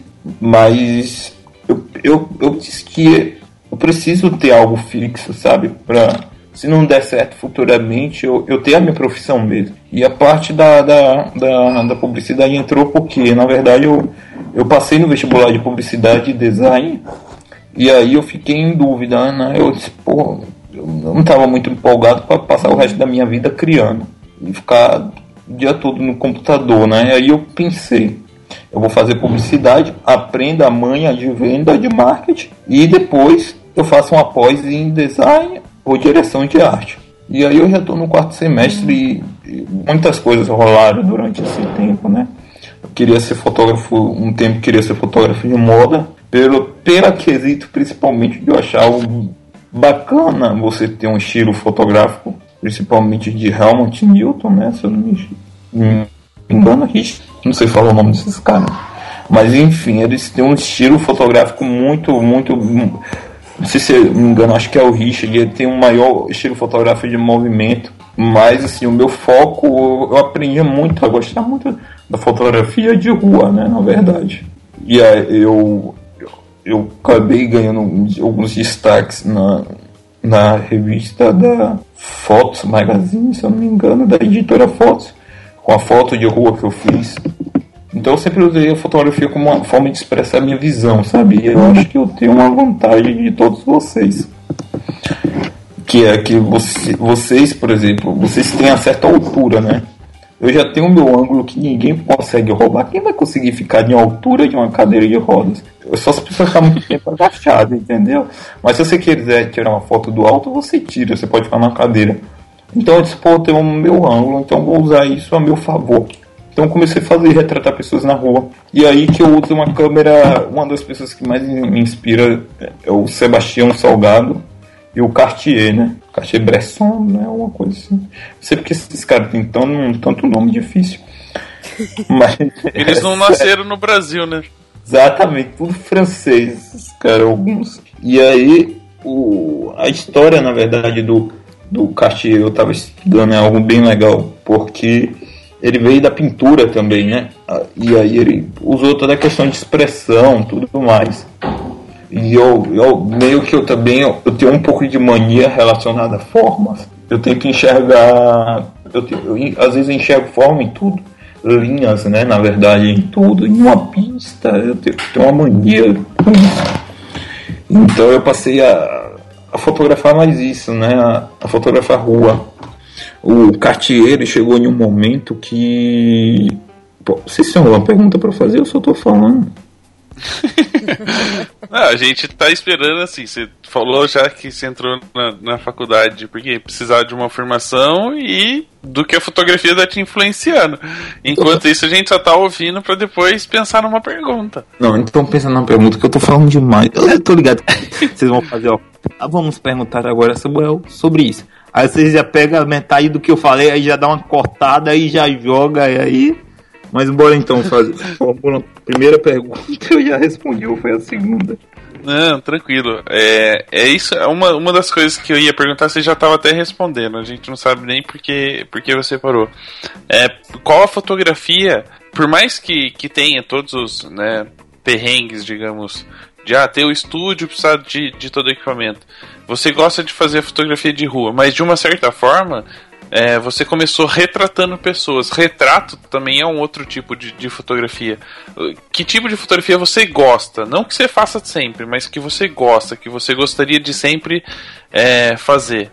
Mas eu, eu, eu disse que eu preciso ter algo fixo, sabe? Pra, se não der certo futuramente, eu, eu ter a minha profissão mesmo. E a parte da, da, da, da publicidade entrou porque, na verdade, eu, eu passei no vestibular de publicidade e design. E aí eu fiquei em dúvida, né? Eu disse, pô, eu não estava muito empolgado para passar o resto da minha vida criando. E ficar o dia todo no computador, né? Aí eu pensei, eu vou fazer publicidade, aprenda a manha de venda, de marketing, e depois eu faço uma pós em design ou direção de arte. E aí eu já estou no quarto semestre e muitas coisas rolaram durante esse tempo, né? Eu queria ser fotógrafo, um tempo queria ser fotógrafo de moda, pelo, pelo quesito principalmente de eu achar algo bacana você ter um estilo fotográfico, principalmente de Helmut Newton, né? Se eu não me engano, não sei falar o nome desses caras, mas enfim, eles têm um estilo fotográfico muito, muito, não sei se eu me engano, acho que é o Richard, ele tem um maior estilo fotográfico de movimento, mas assim, o meu foco, eu aprendi muito a gostar muito da fotografia de rua, né, na verdade, e aí eu, eu, eu acabei ganhando alguns destaques na, na revista da Fotos Magazine, se eu não me engano, da editora Fotos, com a foto de rua que eu fiz. Então eu sempre usei a fotografia como uma forma de expressar a minha visão, sabe? E eu acho que eu tenho uma vantagem de todos vocês. Que é que você, vocês, por exemplo, vocês têm a certa altura, né? Eu já tenho o meu ângulo que ninguém consegue roubar. Quem vai conseguir ficar em altura de uma cadeira de rodas? Só se a pessoa ficar muito tempo agachada, entendeu? Mas se você quiser tirar uma foto do alto, você tira, você pode ficar na cadeira. Então eu disse, pô, eu tenho o meu ângulo, então vou usar isso a meu favor. Então comecei a fazer, retratar pessoas na rua. E aí que eu uso uma câmera, uma das pessoas que mais me inspira é o Sebastião Salgado e o Cartier, né? Cartier-Bresson, né? Uma coisa assim. Não sei porque esses caras têm tão, tanto nome difícil. Mas, eles não nasceram no Brasil, né? Exatamente, tudo francês, esses caras, alguns. E aí, o, a história, na verdade, do... do Cartier, eu estava estudando, é algo bem legal, porque ele veio da pintura também, né? E aí ele usou toda a questão de expressão, tudo mais. E eu, eu meio que eu também, eu, eu tenho um pouco de mania relacionada a formas. Eu tenho que enxergar, eu, tenho, eu às vezes eu enxergo forma em tudo, linhas, né? Na verdade, em tudo, em uma pista, eu tenho, tenho uma mania com isso. Então eu passei a a fotografar mais isso, né? A, a fotografar a rua. O Cartier, ele chegou em um momento que... Pô, vocês têm alguma pergunta para fazer? Eu só tô falando. Não, a gente tá esperando assim. Você falou já que você entrou na, na faculdade porque precisava de uma formação e do que a fotografia tá te influenciando. Enquanto isso, a gente só tá ouvindo pra depois pensar numa pergunta. Não, então pensa na pergunta que eu tô falando demais. Eu tô ligado. Vocês vão fazer, ó. Ah, vamos perguntar agora, Samuel, sobre isso. Aí vocês já pegam metade do que eu falei, aí já dá uma cortada, aí já joga, e aí. Mas bora então fazer. A primeira pergunta eu já respondi, ou foi a segunda? Não, tranquilo. É, é isso, é uma, uma das coisas que eu ia perguntar, você já estava até respondendo. A gente não sabe nem porque, porque você parou. É, qual a fotografia, por mais que, que tenha todos os, né, perrengues, digamos, de ah, ter o estúdio, precisar de, de todo o equipamento. Você gosta de fazer fotografia de rua, mas de uma certa forma, é, você começou retratando pessoas. Retrato também é um outro tipo de, de fotografia. Que tipo de fotografia você gosta? Não que você faça sempre, mas que você gosta, que você gostaria de sempre é, fazer.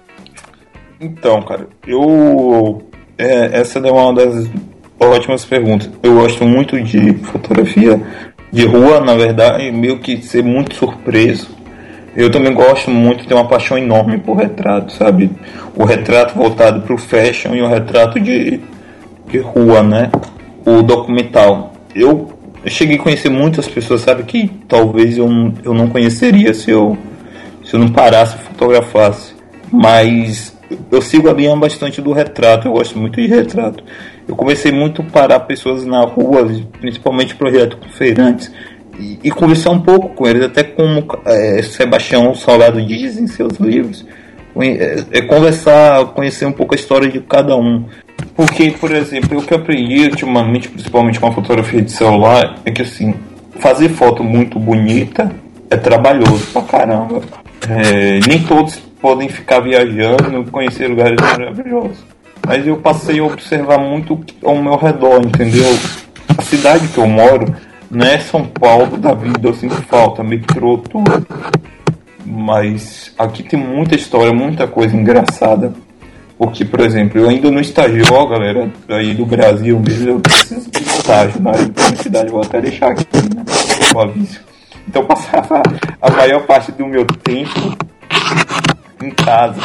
Então, cara, eu... É, essa é uma das ótimas perguntas. Eu gosto muito de fotografia de rua, na verdade, meio que ser muito surpreso. Eu também gosto muito, tenho uma paixão enorme por retrato, sabe? O retrato voltado para o fashion e o retrato de, de rua, né? O documental. Eu, eu cheguei a conhecer muitas pessoas, sabe? Que talvez eu, eu não conheceria se eu, se eu não parasse e fotografasse. Mas eu sigo a linha bastante do retrato, eu gosto muito de retrato. Eu comecei muito a parar pessoas na rua, principalmente projetos com feirantes, e, e conversar um pouco com eles, até como é, Sebastião Salgado diz em seus livros, é, é conversar, conhecer um pouco a história de cada um. Porque, por exemplo, o que eu aprendi ultimamente, principalmente com a fotografia de celular, é que assim, fazer foto muito bonita é trabalhoso pra caramba. É, nem todos podem ficar viajando e conhecer lugares maravilhosos. Mas eu passei a observar muito ao meu redor, entendeu? A cidade que eu moro não é São Paulo da vida, eu sinto falta, metrô, tudo. Mas aqui tem muita história, muita coisa engraçada. Porque, por exemplo, eu ainda não estagiou, galera, aí do Brasil mesmo, eu preciso de estágio na universidade, vou até deixar aqui, né? O aviso. Então eu passava a maior parte do meu tempo em casa.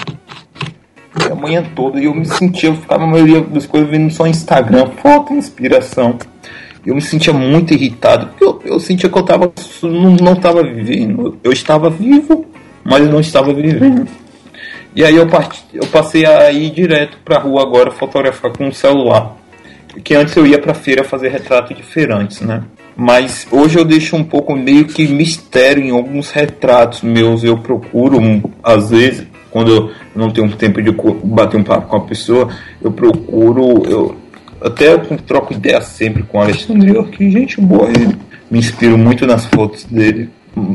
A manhã toda, e eu me sentia, eu ficava a maioria das coisas vendo só Instagram, foto, inspiração. Eu me sentia muito irritado, porque eu, eu sentia que eu tava, não, não tava vivendo. Eu estava vivo, mas não estava vivendo. E aí eu, part, eu passei a ir direto pra rua agora, fotografar com o celular. Porque antes eu ia pra feira fazer retrato de feirantes, né? Mas hoje eu deixo um pouco meio que mistério em alguns retratos meus. Eu procuro, às vezes, quando eu não tenho tempo de bater um papo com a pessoa, eu procuro, eu até troco ideia sempre com o Alexandre, que gente boa, ele me inspiro muito nas fotos dele.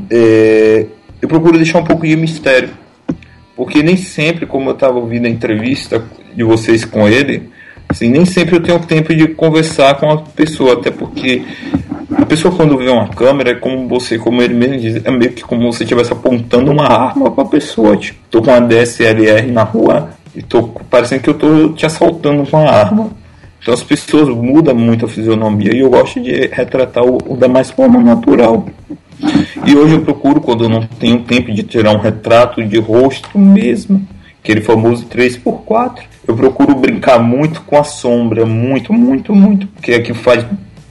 É, eu procuro deixar um pouco de mistério, porque nem sempre, como eu estava ouvindo a entrevista de vocês com ele, assim, nem sempre eu tenho tempo de conversar com a pessoa, até porque a pessoa, quando vê uma câmera, é como você, como ele mesmo diz, é meio que como se você estivesse apontando uma arma para a pessoa. Tipo, tô com uma D S L R na rua e tô parecendo que eu tô te assaltando com uma arma. Então as pessoas mudam muito a fisionomia e eu gosto de retratar o, o da mais forma natural. E hoje eu procuro, quando eu não tenho tempo de tirar um retrato de rosto mesmo, aquele famoso três por quatro, eu procuro brincar muito com a sombra, muito, muito, muito, porque é que faz...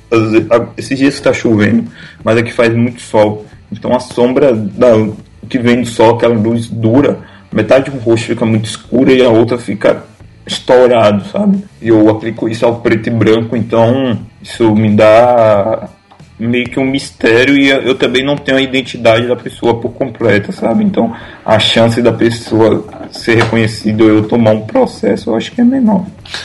Esses dias está chovendo, mas aqui faz muito sol. Então a sombra da, que vem do sol, aquela luz dura, metade do rosto fica muito escura e a outra fica estourado, sabe? E eu aplico isso ao preto e branco, então isso me dá meio que um mistério e eu também não tenho a identidade da pessoa por completa, sabe? Então a chance da pessoa ser reconhecida ou eu tomar um processo, eu acho que é menor.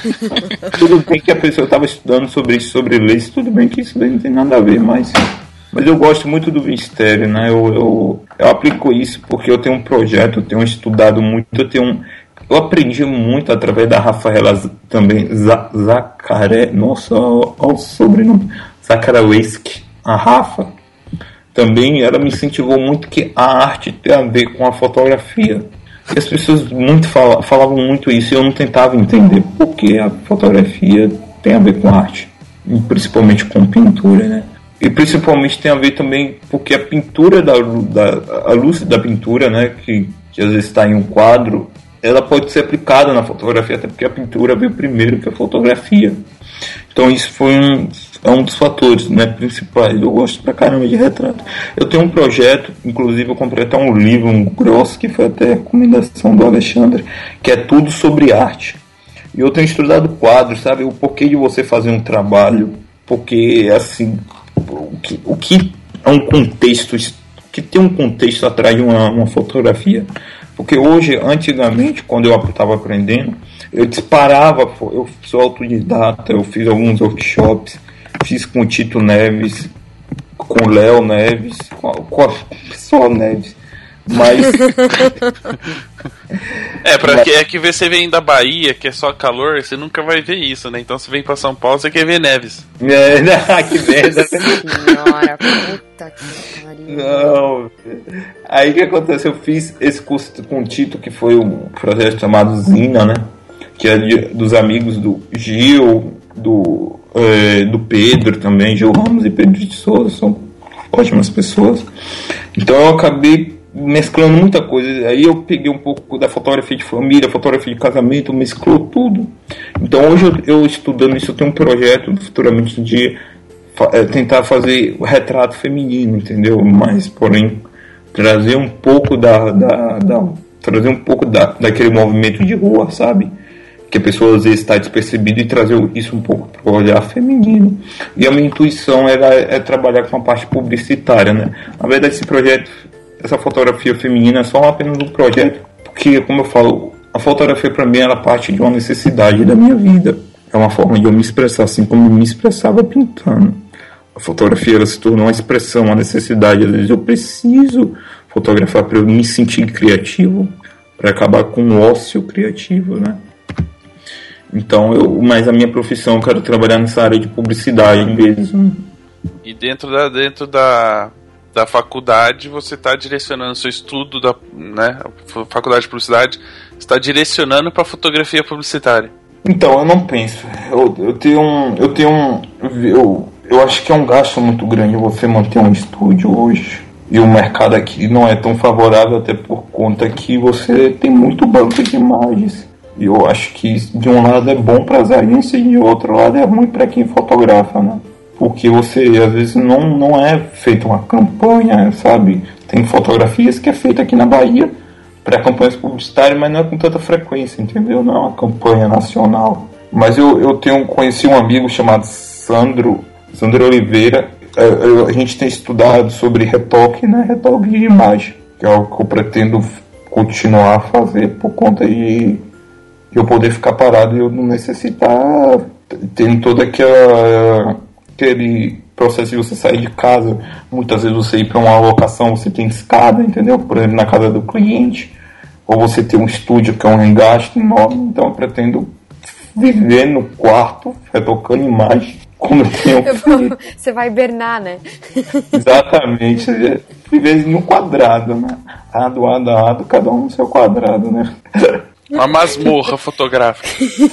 Tudo bem que a pessoa estava estudando sobre isso, sobre leis, tudo bem que isso daí não tem nada a ver, mas, mas eu gosto muito do mistério, né? Eu, eu, eu aplico isso porque eu tenho um projeto, eu tenho estudado muito, eu tenho um, eu aprendi muito através da Rafaela também, Zacaré, nossa, olha o sobrenome, Zakaraweski, a Rafa, também ela me incentivou muito que a arte tem a ver com a fotografia. E as pessoas muito falavam, falavam muito isso e eu não tentava entender porque a fotografia tem a ver com arte, principalmente com pintura, né? E principalmente tem a ver também porque a pintura da, da a luz da pintura, né, que, que às vezes está em um quadro, ela pode ser aplicada na fotografia, até porque a pintura veio primeiro que a fotografia. Então isso foi um, é um dos fatores, né, principais. Eu gosto pra caramba de retrato. Eu tenho um projeto, inclusive eu comprei até um livro, um grosso, que foi até a recomendação do Alexandre, que é tudo sobre arte. E eu tenho estudado quadros, sabe, o porquê de você fazer um trabalho, porque assim, o que, o que é um contexto, que tem um contexto atrás de uma, uma fotografia. Porque hoje, antigamente, quando eu estava aprendendo, eu disparava, eu sou autodidata, eu fiz alguns workshops, fiz com o Tito Neves, com o Léo Neves, com a, com a pessoa Neves, mas... é, pra mas... que, é que você vem da Bahia, que é só calor, você nunca vai ver isso, né? Então você vem pra São Paulo, você quer ver Neves. É, não, que merda. Senhora, puta que pariu. Não. Aí o que acontece? Eu fiz esse curso com o Tito, que foi um projeto chamado Zina, né? Que é de, dos amigos do Gil, do, é, do Pedro também, Gil Ramos e Pedro de Souza, são ótimas pessoas. Então eu acabei mesclando muita coisa. Aí eu peguei um pouco da fotografia de família, fotografia de casamento, mesclou tudo. Então hoje eu, eu estudando isso, eu tenho um projeto futuramente de é, tentar fazer o retrato feminino, entendeu? Mas, porém, trazer um pouco da, da, da trazer um pouco da, daquele movimento de rua, sabe? Que a pessoa às vezes está despercebida, e trazer isso um pouco para o olhar feminino. E a minha intuição era, é trabalhar com a parte publicitária, né? Na verdade, esse projeto, essa fotografia feminina é só apenas um projeto, porque, como eu falo, a fotografia para mim era parte de uma necessidade da minha vida. É uma forma de eu me expressar, assim como eu me expressava pintando. A fotografia ela se tornou uma expressão, uma necessidade. Às vezes eu preciso fotografar para eu me sentir criativo, para acabar com o ócio criativo, né? Então, eu, mas a minha profissão, eu quero trabalhar nessa área de publicidade mesmo. E dentro da, dentro da, da faculdade, você está direcionando seu estudo da, né, a faculdade de publicidade, está direcionando para fotografia publicitária. Então, eu não penso. Eu, eu tenho um, eu tenho um, eu, eu acho que é um gasto muito grande você manter um estúdio hoje. E o mercado aqui não é tão favorável, até por conta que você tem muito banco de imagens. E eu acho que de um lado é bom para as agências e de outro lado é ruim para quem fotografa, né? Porque você, às vezes, não, não é feita uma campanha, sabe? Tem fotografias que é feita aqui na Bahia para campanhas publicitárias, mas não é com tanta frequência, entendeu? Não é uma campanha nacional. Mas eu, eu tenho, conheci um amigo chamado Sandro, Sandro Oliveira. Eu, a gente tem estudado sobre retoque, né? Retoque de imagem, que é algo que eu pretendo continuar a fazer por conta de eu poder ficar parado e eu não necessitar ter todo aquela, aquele processo de você sair de casa. Muitas vezes você ir para uma locação, você tem escada, entendeu? Por exemplo, na casa do cliente, ou você ter um estúdio que é um engaste enorme. Então eu pretendo viver no quarto, retocando imagem, como eu tenho feito. Você vai hibernar, né? Exatamente, viver no quadrado, né? Lado, lado, lado, cada um no seu quadrado, né? Uma masmorra fotográfica.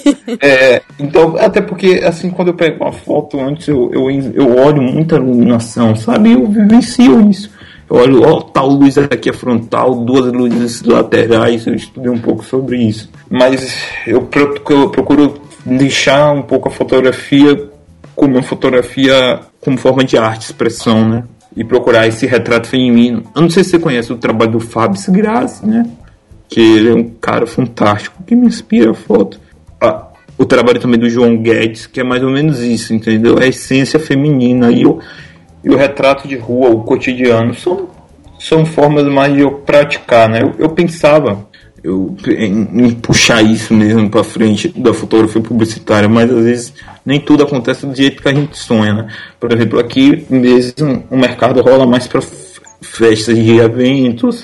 É, então, até porque, assim, quando eu pego uma foto antes, eu, eu, eu olho muita iluminação, sabe? Eu vivencio isso. Eu olho, ó, tal luz aqui é frontal, duas luzes laterais, eu estudei um pouco sobre isso. Mas eu, eu procuro deixar um pouco a fotografia como uma fotografia como forma de arte, expressão, né? E procurar esse retrato feminino. Eu não sei se você conhece o trabalho do Fábio Grazi, né? Que ele é um cara fantástico, que me inspira a foto. Ah, o trabalho também do João Guedes, que é mais ou menos isso, entendeu? É a essência feminina. E o, e o retrato de rua, o cotidiano, são, são formas mais de eu praticar, né? Eu, eu pensava eu, em, em puxar isso mesmo para frente da fotografia publicitária, mas às vezes nem tudo acontece do jeito que a gente sonha, né? Por exemplo, aqui mesmo o mercado rola mais para festas de eventos,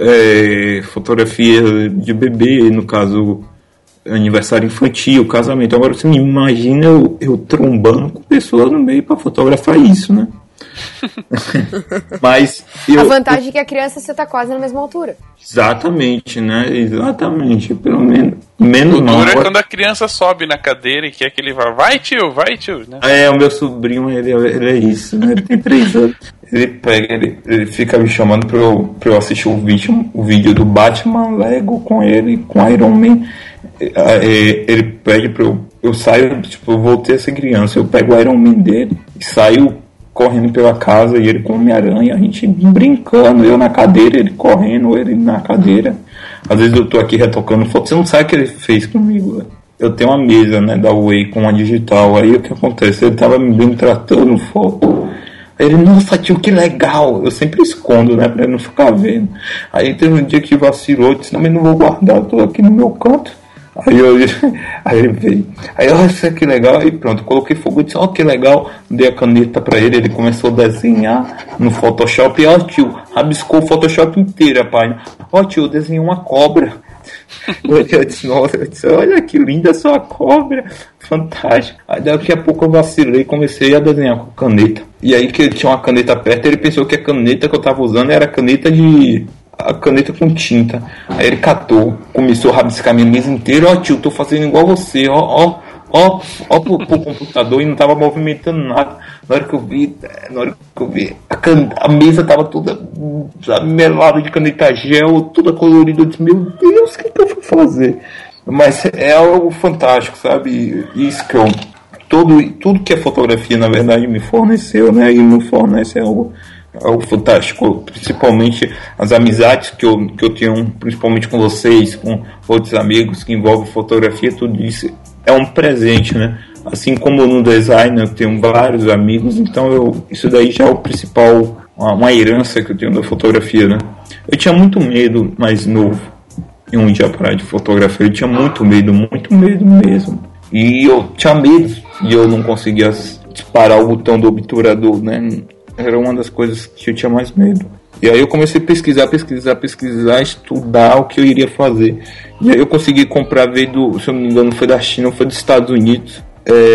é, fotografia de bebê, no caso aniversário infantil, casamento. Agora você me imagina eu, eu trombando com pessoas no meio para fotografar isso, né? Mas eu, a vantagem é que a criança você tá quase na mesma altura. Exatamente, né? Exatamente. Pelo menos. Menos o não. duro é quando a criança sobe na cadeira e quer que ele vá, vai tio, vai tio, né? É, o meu sobrinho, ele, ele é isso, né? Ele tem três anos. Ele pega, ele, ele fica me chamando pra eu, pra eu assistir o vídeo, o vídeo do Batman Lego com ele, com Iron Man. Ele pede pra eu. Eu saio, tipo, eu voltei a ser criança. Eu pego o Iron Man dele e saio correndo pela casa e ele com Homem-Aranha, a gente brincando, eu na cadeira, ele correndo, ele na cadeira. Às vezes eu tô aqui retocando foto, você não sabe o que ele fez comigo, né? Eu tenho uma mesa, né, da Way com a digital, aí o que acontece? Ele tava me vendo tratando foto. Aí ele, nossa tio, que legal. Eu sempre escondo, né, pra ele não ficar vendo. Aí teve um dia que vacilou, eu disse, não, mas não vou guardar, eu tô aqui no meu canto. Aí, eu, aí ele veio, aí eu achei que legal, aí pronto, coloquei fogo, eu disse, ó, oh, que legal, dei a caneta pra ele, ele começou a desenhar no Photoshop, e ó, tio, rabiscou o Photoshop inteiro, a página, ó, tio, eu desenhei uma cobra. Eu disse, nossa, eu disse, olha que linda sua cobra, fantástico. Aí daqui a pouco eu vacilei e comecei a desenhar com caneta, e aí que ele tinha uma caneta perto, ele pensou que a caneta que eu tava usando era caneta de... a caneta com tinta. Aí ele catou, começou a rabiscar minha mesa inteira. Ó, tio, tô fazendo igual você. Ó, ó, ó, ó pro, pro computador e não tava movimentando nada. Na hora que eu vi, na hora que eu vi, a, can... a mesa tava toda melada de caneta gel, toda colorida. Eu disse, meu Deus, o que, que eu fui fazer? Mas é algo fantástico, sabe? Isso que eu. Todo, tudo que a fotografia, na verdade, me forneceu, né? E me fornece algo. Algo fantástico, principalmente as amizades que eu, que eu tenho, principalmente com vocês, com outros amigos que envolvem fotografia, tudo isso é um presente, né? Assim como no design eu tenho vários amigos, então eu, isso daí já é o principal, uma, uma herança que eu tenho da fotografia, né? Eu tinha muito medo mais novo em um dia parar de fotografia, eu tinha muito medo, muito medo mesmo. E eu tinha medo e eu não conseguia disparar o botão do obturador, né? Era uma das coisas que eu tinha mais medo. E aí eu comecei a pesquisar, pesquisar, pesquisar, estudar o que eu iria fazer. E aí eu consegui comprar, veio do, se eu não me engano, foi da China, foi dos Estados Unidos,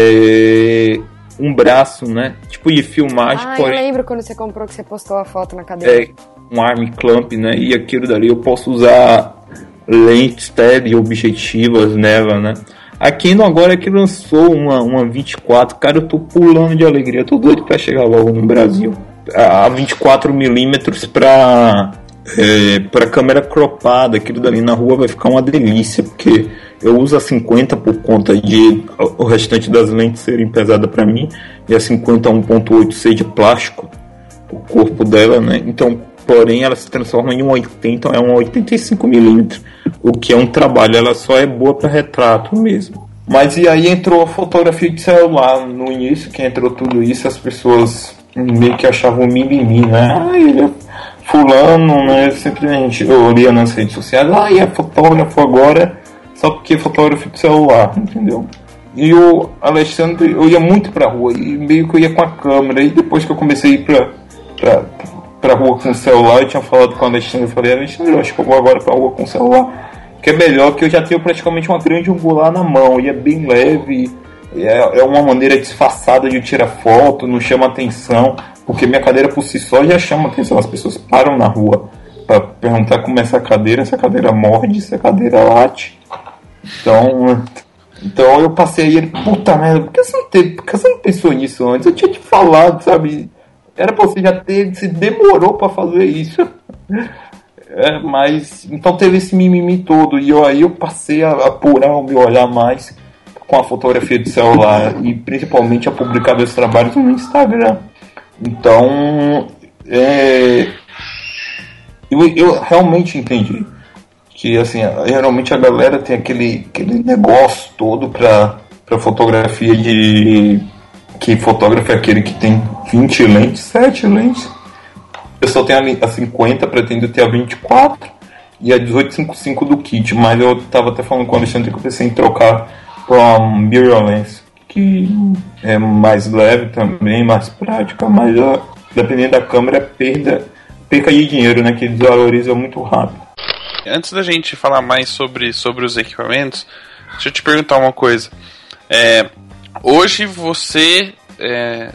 é, um braço, né? Tipo de filmagem. Ah, porém, eu lembro quando você comprou, que você postou a foto na cadeira. É, um arm clamp, né? E aquilo dali eu posso usar lentes teleobjetivas nela, né? A Canon agora é que lançou uma, uma vinte e quatro, cara, eu tô pulando de alegria, tô doido pra chegar logo no Brasil. A vinte e quatro milímetros pra, é, pra câmera cropada, aquilo dali na rua vai ficar uma delícia, porque eu uso a cinquenta por conta de o restante das lentes serem pesadas pra mim, e a cinquenta um ponto oito ser de plástico, o corpo dela, né, então... Porém, ela se transforma em um oitenta, é um oitenta e cinco milímetros, o que é um trabalho, ela só é boa para retrato mesmo. Mas e aí entrou a fotografia de celular no início, que entrou tudo isso, as pessoas meio que achavam mimimi, né? Ah, ele é fulano, né? Simplesmente eu lia nas redes sociais, ah, e é fotógrafo agora, só porque é fotógrafo de celular, entendeu? E o Alexandre, eu ia muito pra rua, e meio que eu ia com a câmera, e depois que eu comecei a ir pra... pra pra rua com o celular, eu tinha falado com o Alexandre, eu falei, Alexandre, eu acho que eu vou agora pra rua com o celular, que é melhor, que eu já tenho praticamente uma grande angular na mão, e é bem leve, é, é uma maneira disfarçada de tirar foto, não chama atenção, porque minha cadeira por si só já chama atenção, as pessoas param na rua pra perguntar como é essa cadeira, se a cadeira morde, se a cadeira late, então... Então eu passei aí, ele, puta merda, por que você não teve, por que você não pensou nisso antes? Eu tinha te falado, sabe... Era pra você já ter, se demorou pra fazer isso. É, mas, então teve esse mimimi todo. E eu, aí eu passei a apurar o meu olhar mais com a fotografia de celular. E principalmente a publicar meus trabalhos no Instagram. Então, é, eu, eu realmente entendi. Que, assim, geralmente a galera tem aquele, aquele negócio todo pra, pra fotografia de... Que fotógrafo é aquele que tem vinte lentes, sete lentes. Eu só tenho a cinquenta, pretendo ter a vinte e quatro e a dezoito cinquenta e cinco do kit, mas eu tava até falando com o Alexandre que eu pensei em trocar para uma mirrorless, que é mais leve também, mais prática, mas dependendo da câmera, perda, perca de dinheiro, né, que desvaloriza muito rápido. Antes da gente falar mais sobre, sobre os equipamentos, deixa eu te perguntar uma coisa. É... Hoje você é,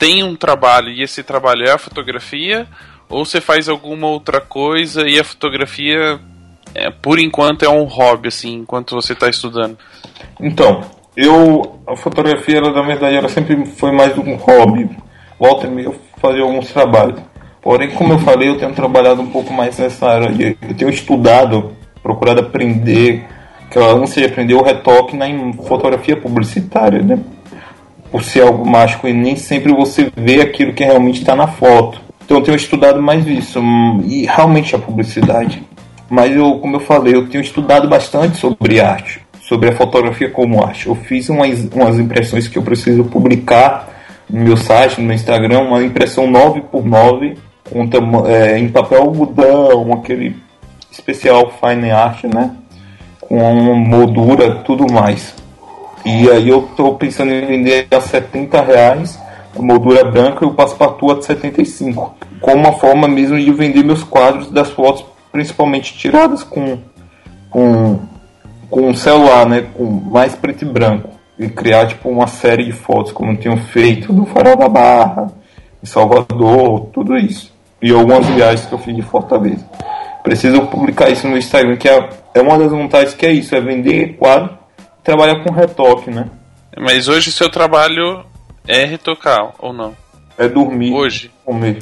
tem um trabalho e esse trabalho é a fotografia, ou você faz alguma outra coisa e a fotografia, é, por enquanto, é um hobby, assim, enquanto você está estudando? Então, eu, a fotografia, ela, na verdade, ela sempre foi mais um hobby. Volta e meia eu fazia alguns trabalhos. Porém, como eu falei, eu tenho trabalhado um pouco mais nessa área. Eu tenho estudado, procurado aprender, que eu não sei, aprender o retoque na fotografia publicitária, né? Por ser algo mágico e nem sempre você vê aquilo que realmente está na foto. Então eu tenho estudado mais isso, e realmente a publicidade. Mas eu, como eu falei, eu tenho estudado bastante sobre arte, sobre a fotografia como arte. Eu fiz umas, umas impressões que eu preciso publicar no meu site, no meu Instagram, uma impressão nove por nove, com, é, em papel algodão, aquele especial fine art, né? Com uma moldura, tudo mais. E aí eu estou pensando em vender a setenta reais, a moldura branca, e o passepartout a setenta e cinco. Como uma forma mesmo de vender meus quadros das fotos, principalmente tiradas com, com, com um celular, né? Com mais preto e branco. E criar tipo uma série de fotos, como eu tenho feito do Farol da Barra, em Salvador, tudo isso. E algumas viagens que eu fiz de Fortaleza. Preciso publicar isso no Instagram, que é, é uma das vontades que é isso, é vender quadro, trabalhar com retoque, né? Mas hoje seu trabalho é retocar, ou não? É dormir, hoje. Comer,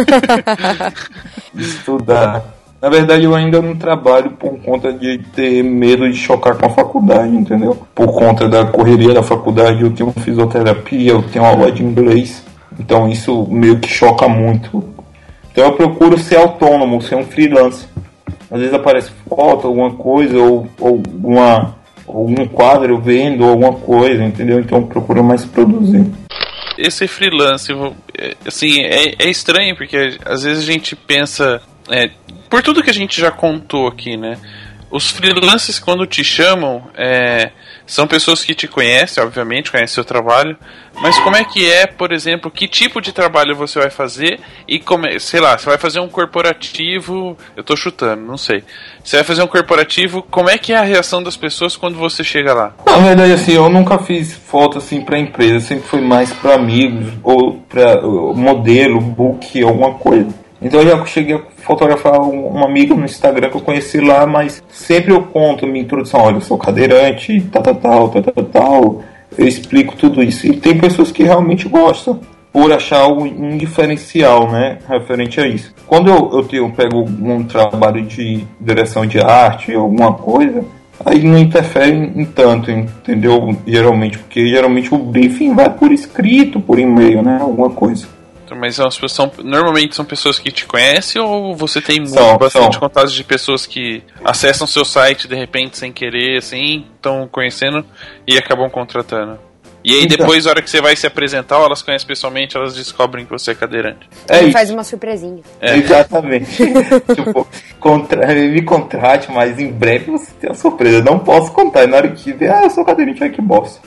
estudar. Na verdade, eu ainda não trabalho por conta de ter medo de chocar com a faculdade, entendeu? Por conta da correria da faculdade, eu tenho fisioterapia, eu tenho aula de inglês. Então isso meio que choca muito. Então eu procuro ser autônomo, ser um freelance. Às vezes aparece foto, alguma coisa, ou, ou uma, algum quadro eu vendo, alguma coisa, entendeu? Então eu procuro mais produzir. Esse freelance, assim, é, é estranho, porque às vezes a gente pensa... É, por tudo que a gente já contou aqui, né? Os freelancers, quando te chamam, é, são pessoas que te conhecem, obviamente, conhecem seu trabalho, mas como é que é, por exemplo, que tipo de trabalho você vai fazer e, como é, sei lá, você vai fazer um corporativo, eu tô chutando, não sei. Você vai fazer um corporativo, como é que é a reação das pessoas quando você chega lá? Na verdade, assim, eu nunca fiz foto assim pra empresa, sempre foi mais pra amigos, ou pra modelo, book, alguma coisa. Então eu já cheguei a fotografar uma amiga no Instagram que eu conheci lá, mas sempre eu conto minha introdução, olha, eu sou cadeirante, tal, tal, tal, tal, tal, tal, eu explico tudo isso. E tem pessoas que realmente gostam, por achar algo um diferencial, né, referente a isso. Quando eu, eu, tenho, eu pego um trabalho de direção de arte, alguma coisa, aí não interfere em, em tanto, entendeu? Geralmente, porque geralmente o briefing vai por escrito, por e-mail, né, alguma coisa. Mas são, são, normalmente são pessoas que te conhecem, ou você tem são, bastante são. contatos de pessoas que acessam seu site de repente sem querer, assim, estão conhecendo e acabam contratando? E aí então, depois, na hora que você vai se apresentar, ou elas conhecem pessoalmente, elas descobrem que você é cadeirante. É Ele faz uma surpresinha. É. Exatamente. Tipo, contra... me contrate, mas em breve você tem uma surpresa. Eu não posso contar. E na hora que ver, ah, eu sou cadeirante, ai que bosta.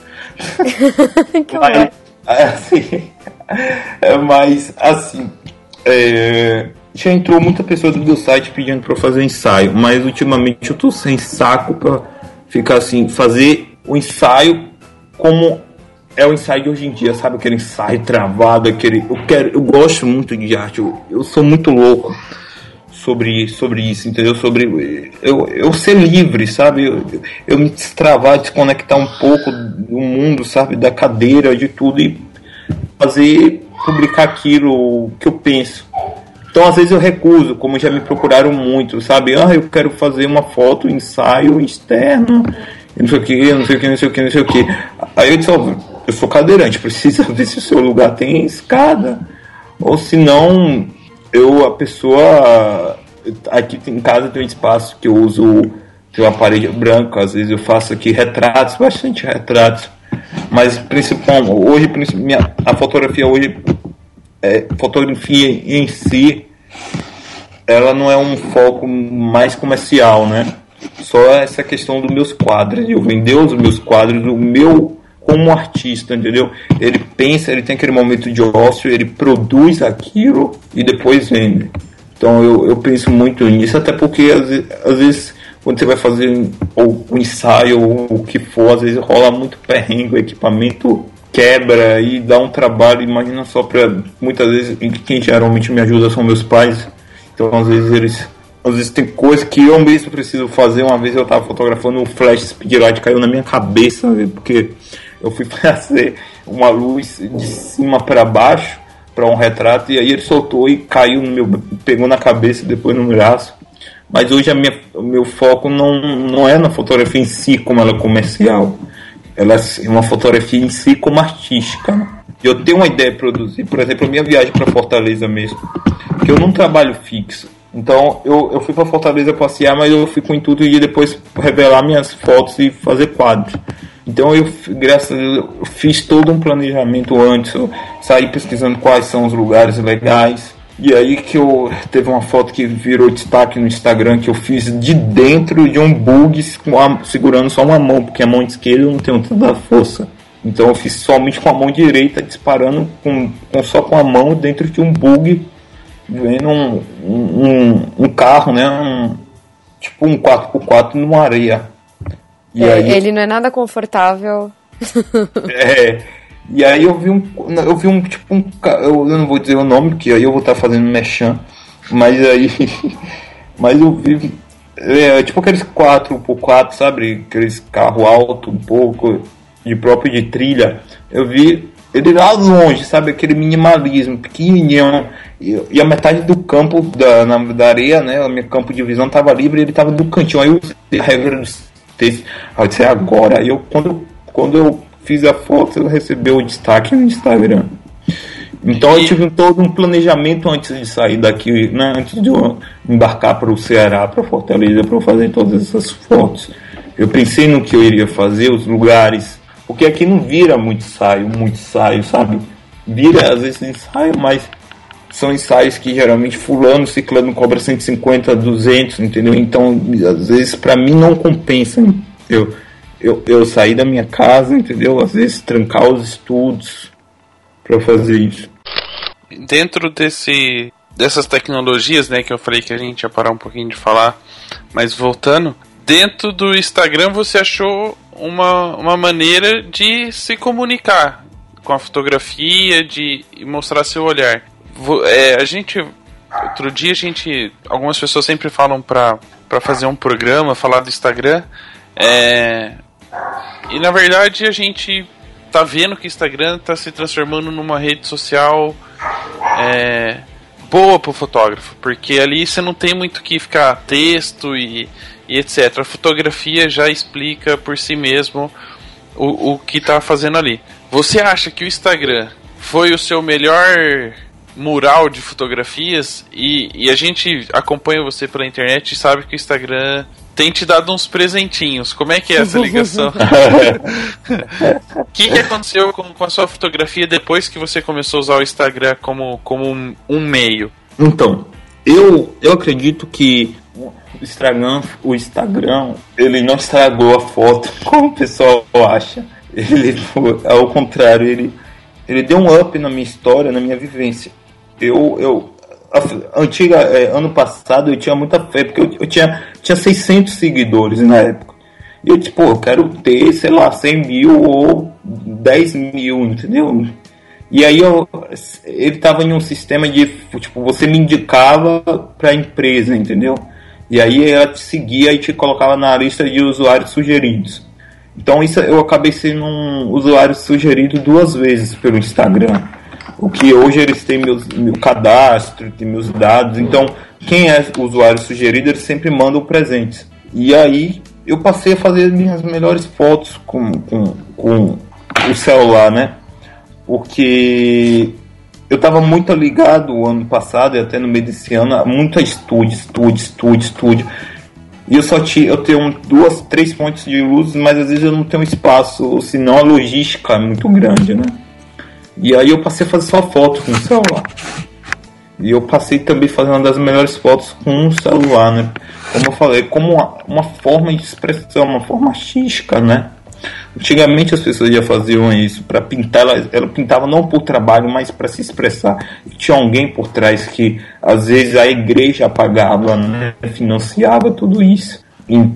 Que aí, assim... É, mas assim é, já entrou muita pessoa do meu site pedindo pra eu fazer ensaio, mas ultimamente eu tô sem saco pra ficar assim, fazer o ensaio como é o ensaio de hoje em dia, sabe? Aquele ensaio travado, aquele. Eu quero, eu gosto muito de arte, eu, eu sou muito louco sobre, sobre isso, entendeu? Sobre eu, eu ser livre, sabe? Eu, eu me destravar, desconectar um pouco do mundo, sabe? Da cadeira, de tudo, e fazer, publicar aquilo que eu penso. Então às vezes eu recuso, como já me procuraram muito, sabe? Ah, eu quero fazer uma foto, ensaio externo, não sei o que, não sei o que, não sei o que, não sei o que. Aí eu disse, ó, eu sou cadeirante, precisa ver se o seu lugar tem escada, ou se não, eu, a pessoa, aqui em casa tem um espaço que eu uso, tem uma parede branca, às vezes eu faço aqui retratos, bastante retratos. Mas principal, hoje minha, a fotografia hoje é, fotografia em si, ela não é um foco mais comercial, né? Só essa questão dos meus quadros, eu vender os meus quadros, o meu como artista, entendeu? Ele pensa, ele tem aquele momento de ócio, ele produz aquilo e depois vende. Então eu, eu penso muito nisso, até porque às vezes, às vezes quando você vai fazer ou um ensaio ou o que for, às vezes rola muito perrengue, o equipamento quebra e dá um trabalho, imagina só para muitas vezes, quem geralmente me ajuda são meus pais, então às vezes eles, às vezes tem coisa que eu mesmo preciso fazer. Uma vez eu tava fotografando, um flash speedlight caiu na minha cabeça, porque eu fui fazer uma luz de cima para baixo para um retrato, e aí ele soltou e caiu no meu, pegou na cabeça e depois no braço. Mas hoje a minha, o meu foco não, não é na fotografia em si como ela é comercial, ela é uma fotografia em si como artística, né? Eu tenho uma ideia de produzir, por exemplo, a minha viagem para Fortaleza mesmo, que eu não trabalho fixo. Então eu, eu fui para Fortaleza passear, mas eu fui com o intuito de depois revelar minhas fotos e fazer quadros. Então eu, graças a Deus, eu fiz todo um planejamento antes, eu saí pesquisando quais são os lugares legais. E aí que eu teve uma foto que virou destaque no Instagram, que eu fiz de dentro de um bug com a, segurando só uma mão, porque a mão esquerda eu não tenho tanta força. Então eu fiz somente com a mão direita, disparando com, com, só com a mão dentro de um bug, vendo um, um, um carro, né? Um, tipo um quatro por quatro numa areia. E é, aí, ele não é nada confortável. É. E aí eu vi um. Eu vi um tipo um. Eu não vou dizer o nome, porque aí eu vou estar fazendo mechan. Mas aí. Mas eu vi. É, tipo aqueles quatro por quatro, sabe? Aqueles carro alto um pouco. De próprio de trilha. Eu vi ele lá longe, sabe? Aquele minimalismo pequenininho. E, e a metade do campo da, na, da areia, né? O meu campo de visão tava livre e ele tava do cantinho. Aí eu usei a regra dos textos. Aí eu disse, agora. Aí eu, quando, quando eu fiz a foto, eu recebi o destaque no Instagram. Então eu tive todo um planejamento antes de sair daqui, né? Antes de eu embarcar para o Ceará, para Fortaleza, para eu fazer todas essas fotos. Eu pensei no que eu iria fazer, os lugares. Porque aqui não vira muito ensaio, muito ensaio, sabe? Vira às vezes ensaio, mas são ensaios que geralmente fulano, ciclano cobra cento e cinquenta, duzentos, entendeu? Então, às vezes pra mim não compensa eu, eu, eu sair da minha casa, entendeu? Às vezes trancar os estudos pra fazer isso. Dentro desse, dessas tecnologias, né, que eu falei que a gente ia parar um pouquinho de falar, mas voltando, dentro do Instagram você achou uma, uma maneira de se comunicar com a fotografia, de mostrar seu olhar. É, a gente, outro dia a gente, algumas pessoas sempre falam pra, pra fazer um programa, falar do Instagram, é, e na verdade a gente tá vendo que o Instagram tá se transformando numa rede social é, boa pro fotógrafo, porque ali você não tem muito que ficar texto e e etcétera. A fotografia já explica por si mesmo o, o que está fazendo ali. Você acha que o Instagram foi o seu melhor mural de fotografias? E, e a gente acompanha você pela internet e sabe que o Instagram tem te dado uns presentinhos. Como é que é essa ligação? O que, que aconteceu com, com a sua fotografia depois que você começou a usar o Instagram como, como um, um meio? Então, eu, eu acredito que o Instagram, o Instagram, ele não estragou a foto, como o pessoal acha. Ele, ao contrário, ele, ele deu um up na minha história, na minha vivência. Eu, eu a, antiga, é, ano passado eu tinha muita fé, porque eu, eu tinha, tinha seiscentos seguidores na época. E eu, tipo, eu quero ter, sei lá, cem mil ou dez mil, entendeu? E aí eu, ele tava em um sistema de, tipo, você me indicava pra empresa, entendeu? E aí ela te seguia e te colocava na lista de usuários sugeridos. Então isso eu acabei sendo um usuário sugerido duas vezes pelo Instagram. O que hoje eles têm meus, meu cadastro, tem meus dados. Então quem é usuário sugerido, eles sempre mandam presentes. E aí eu passei a fazer as minhas melhores fotos com, com, com o celular, né? Porque eu estava muito ligado o ano passado e até no meio desse ano, muito a estúdio, estúdio, estúdio, estúdio. E eu só tinha, eu tenho duas, três fontes de luz, mas às vezes eu não tenho espaço, senão a logística é muito grande, né? E aí eu passei a fazer só foto com o celular. E eu passei também fazendo uma das melhores fotos com o celular, né? Como eu falei, como uma, uma forma de expressão, uma forma artística, né? Antigamente as pessoas já faziam isso para pintar, ela, ela pintava não por trabalho, mas para se expressar. E tinha alguém por trás que às vezes a igreja pagava, né, financiava tudo isso.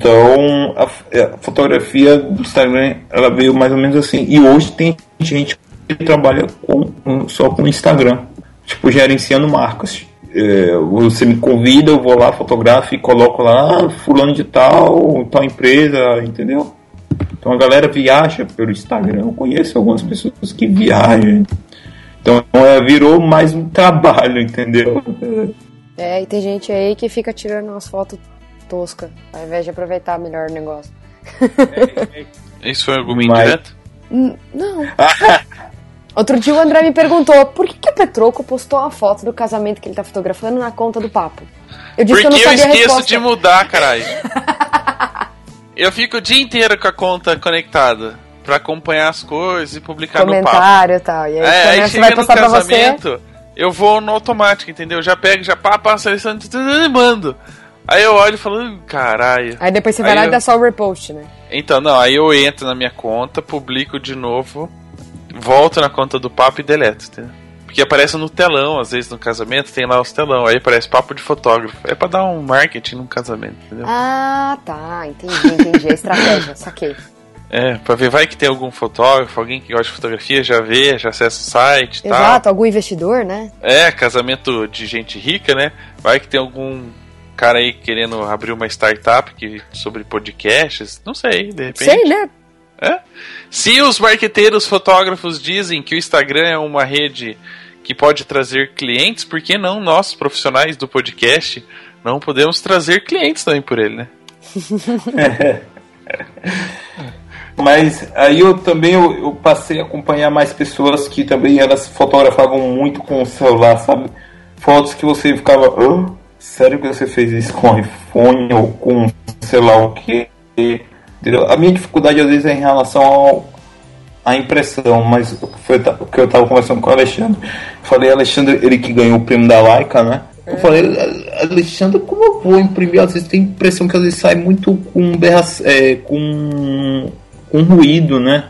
Então a, a fotografia do Instagram ela veio mais ou menos assim. E hoje tem gente trabalha com, só com Instagram, tipo, gerenciando marcas. É, você me convida, eu vou lá, fotografo e coloco lá, ah, fulano de tal, tal empresa, entendeu? Então a galera viaja pelo Instagram. Eu conheço algumas pessoas que viajam. Então é, virou mais um trabalho, entendeu? É, e tem gente aí que fica tirando umas fotos toscas, ao invés de aproveitar melhor o negócio. Isso foi alguma Mas... indireta? Não. Outro dia o André me perguntou por que, que o Petroco postou uma foto do casamento que ele tá fotografando na conta do Papo. Eu disse Porque que eu não sabia eu esqueço a resposta. de mudar, caralho. Eu fico o dia inteiro com a conta conectada pra acompanhar as coisas e publicar no Papo. Comentário e tal. E aí, É, aí você chega vai no postar pra você. casamento, eu vou no automático, entendeu? Já pego, já pá, pá, seleciono e mando. Aí eu olho e falo, "Hum, caralho. Aí depois você vai Aí lá eu... e dá só o repost, né? Então, não, aí eu entro na minha conta, publico de novo, volto na conta do Papo e deleto, entendeu? Porque aparece no telão, às vezes no casamento tem lá os telão, aí aparece papo de fotógrafo. É pra dar um marketing no casamento, entendeu? Ah, tá, entendi, entendi a estratégia, saquei. É, pra ver, vai que tem algum fotógrafo, alguém que gosta de fotografia, já vê, já acessa o site e tal. Exato, algum investidor, né? É, casamento de gente rica, né? Vai que tem algum cara aí querendo abrir uma startup que, sobre podcasts, não sei, de repente. Sei, né? É? Se os marqueteiros fotógrafos dizem que o Instagram é uma rede que pode trazer clientes, por que não nós, profissionais do podcast, não podemos trazer clientes também por ele, né? É. Mas aí eu também eu, eu passei a acompanhar mais pessoas que também elas fotografavam muito com o celular, sabe? Fotos que você ficava, oh, sério que você fez isso com iPhone ou com sei lá o que? A minha dificuldade às vezes é em relação ao, à impressão, mas o que, foi, o que eu estava conversando com o Alexandre, falei, Alexandre, ele que ganhou o prêmio da Leica, né? Eu falei, Alexandre, como eu vou imprimir? Às vezes tem impressão que às vezes sai muito com berra, é, com, com ruído, né?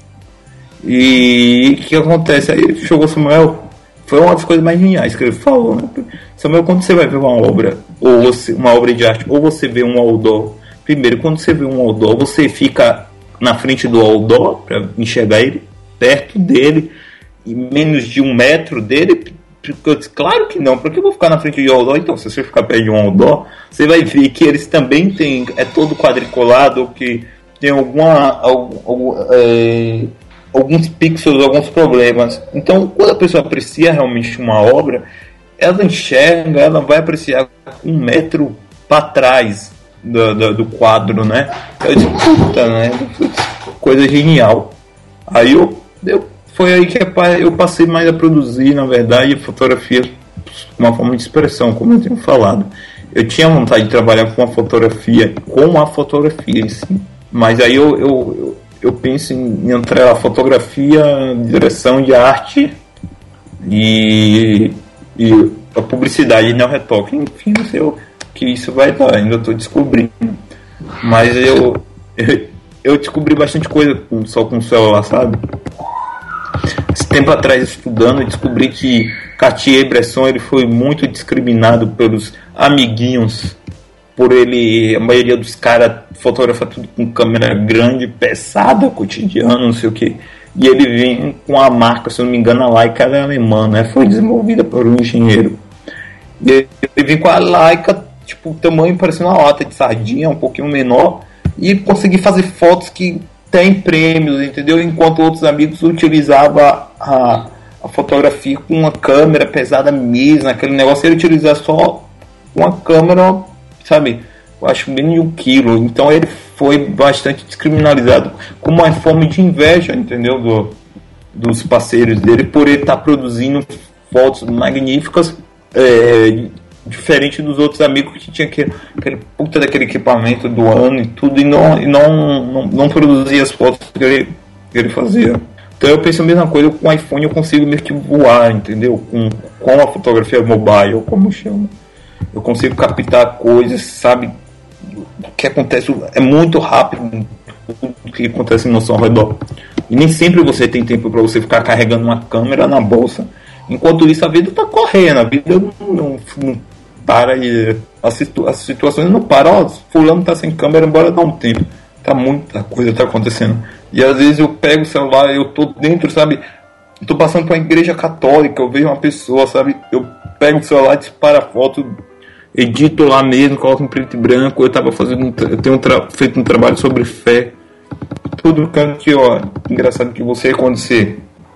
E o que acontece? Aí ele chegou, Samuel, foi uma das coisas mais geniais que ele falou, né? Samuel, quando você vai ver uma obra, ou você, uma obra de arte, ou você vê um outdoor, primeiro, quando você vê um outdoor, você fica na frente do outdoor para enxergar ele, perto dele, e menos de um metro dele. Eu disse, claro que não, porque eu vou ficar na frente de um outdoor? Então, se você ficar perto de um outdoor, você vai ver que eles também têm, é todo quadriculado, que tem alguma, algum, algum, é, alguns pixels, alguns problemas. Então, quando a pessoa aprecia realmente uma obra, ela enxerga, ela vai apreciar um metro para trás do, do, do quadro, né? Eu disse, puta, né? Coisa genial. Aí eu, eu foi aí que eu passei mais a produzir, na verdade, fotografia, uma forma de expressão, como eu tenho falado. Eu tinha vontade de trabalhar com a fotografia, com a fotografia em si. Mas aí eu, eu, eu, eu penso em entrar a fotografia, direção de arte e, e a publicidade, né, o retoque. Enfim, não sei o que isso vai dar, ainda estou descobrindo. Mas eu, eu, eu descobri bastante coisa com, só com o celular, sabe? Esse tempo atrás, estudando, eu descobri que Cartier-Bresson ele foi muito discriminado pelos amiguinhos, por ele, a maioria dos caras fotografa tudo com câmera grande, pesada, cotidiana, não sei o que, e ele vem com a marca, se eu não me engano, a Leica era alemã, né? Foi desenvolvida por um engenheiro, e ele vem com a Leica, tipo, tamanho parecendo uma lata de sardinha, um pouquinho menor, e consegui fazer fotos que tem prêmios, entendeu? Enquanto outros amigos utilizavam a, a fotografia com uma câmera pesada mesmo, aquele negócio, ele utilizava só uma câmera, sabe, eu acho menos de um quilo. Então ele foi bastante descriminalizado como uma forma de inveja, entendeu? Do, dos parceiros dele, por ele estar produzindo fotos magníficas, é, diferente dos outros amigos que tinha aquele, aquele puta daquele equipamento do ano e tudo, e não, e não, não, não produzia as fotos que ele, que ele fazia. Então eu penso a mesma coisa, com o iPhone eu consigo meio que voar, entendeu? Com, com a fotografia mobile, como chama. Eu consigo captar coisas, sabe? O que acontece é muito rápido, tudo que acontece no nosso redor. E nem sempre você tem tempo para você ficar carregando uma câmera na bolsa. Enquanto isso, a vida tá correndo, a vida não, não, não para, e as, situ, as situações não param. Ó, fulano tá sem câmera, embora dar um tempo. Tá muita coisa tá acontecendo. E às vezes eu pego o celular, eu tô dentro, sabe? Eu tô passando por uma igreja católica, eu vejo uma pessoa, sabe? Eu pego o celular, disparo a foto, edito lá mesmo, coloco em preto e branco. Eu tava fazendo, eu tenho tra- feito um trabalho sobre fé. Tudo que, ó, engraçado que você, quando você,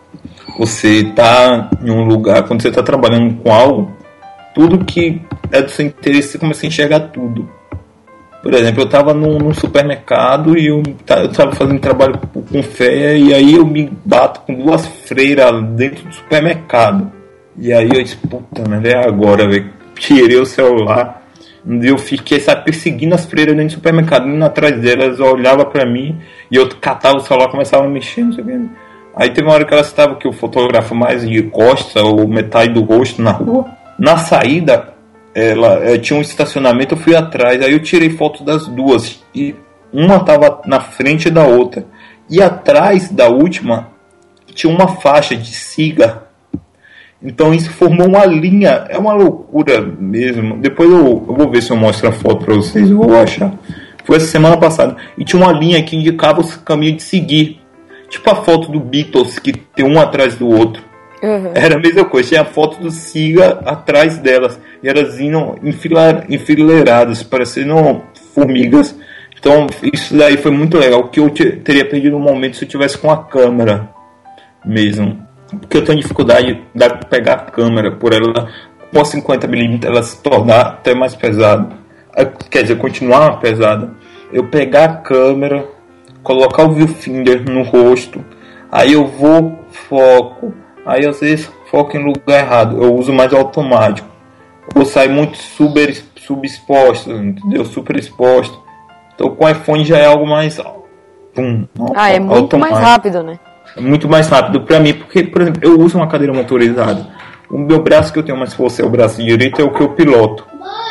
você tá em um lugar, quando você tá trabalhando com algo, tudo que é do seu interesse, você começa a enxergar tudo. Por exemplo, eu estava num, num supermercado e eu estava fazendo trabalho com fé, e aí eu me bato com duas freiras dentro do supermercado. E aí eu disse, puta, mas é agora, velho. Tirei o celular e eu fiquei, sabe, perseguindo as freiras dentro do supermercado, indo atrás delas, eu olhava pra mim e eu catava o celular, começava a mexer, não sei o que. Aí teve uma hora que elas estavam que eu fotografo mais de costa ou metade do rosto na rua. Na saída, ela é, tinha um estacionamento, eu fui atrás, aí eu tirei fotos das duas e uma tava na frente da outra e atrás da última tinha uma faixa de siga, então isso formou uma linha, é uma loucura mesmo. Depois eu, eu vou ver se eu mostro a foto para vocês, eu vou achar. Foi essa semana passada e tinha uma linha que indicava o caminho de seguir, tipo a foto do Beatles que tem um atrás do outro. Uhum. Era a mesma coisa, tinha a foto do siga atrás delas e elas iam enfileiradas, parecendo formigas. Então isso daí foi muito legal, que eu te, teria perdido um momento se eu tivesse com a câmera mesmo, porque eu tenho dificuldade de pegar a câmera, por ela com cinquenta milímetros ela se tornar até mais pesada, quer dizer, continuar pesada. Eu pegar a câmera, colocar o viewfinder no rosto, aí eu vou, foco, aí às vezes foco em lugar errado, eu uso mais automático, ou sai muito super, subexposto, entendeu? Super exposto. Então com o iPhone já é algo mais pum, ah, é muito automático. Mais rápido, né? É muito mais rápido pra mim, porque, por exemplo, eu uso uma cadeira motorizada. O meu braço que eu tenho mais força é o braço direito, é o que eu piloto.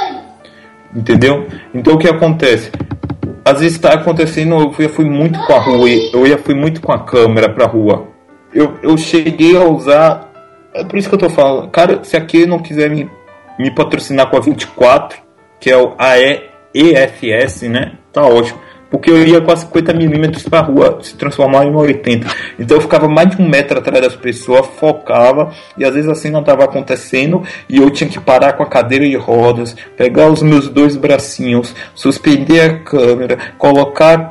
Entendeu? Então o que acontece? Às vezes está acontecendo, eu já fui muito com a rua, eu já fui muito com a câmera pra rua. Eu, eu cheguei a usar, é por isso que eu tô falando, cara, se aqui não quiser me, me patrocinar com a vinte e quatro, que é o A E F S, né, tá ótimo, porque eu ia com a cinquenta milímetros pra rua, se transformar em uma oitenta, então eu ficava mais de um metro atrás das pessoas, focava, e às vezes assim não estava acontecendo, e eu tinha que parar com a cadeira de rodas, pegar os meus dois bracinhos, suspender a câmera, colocar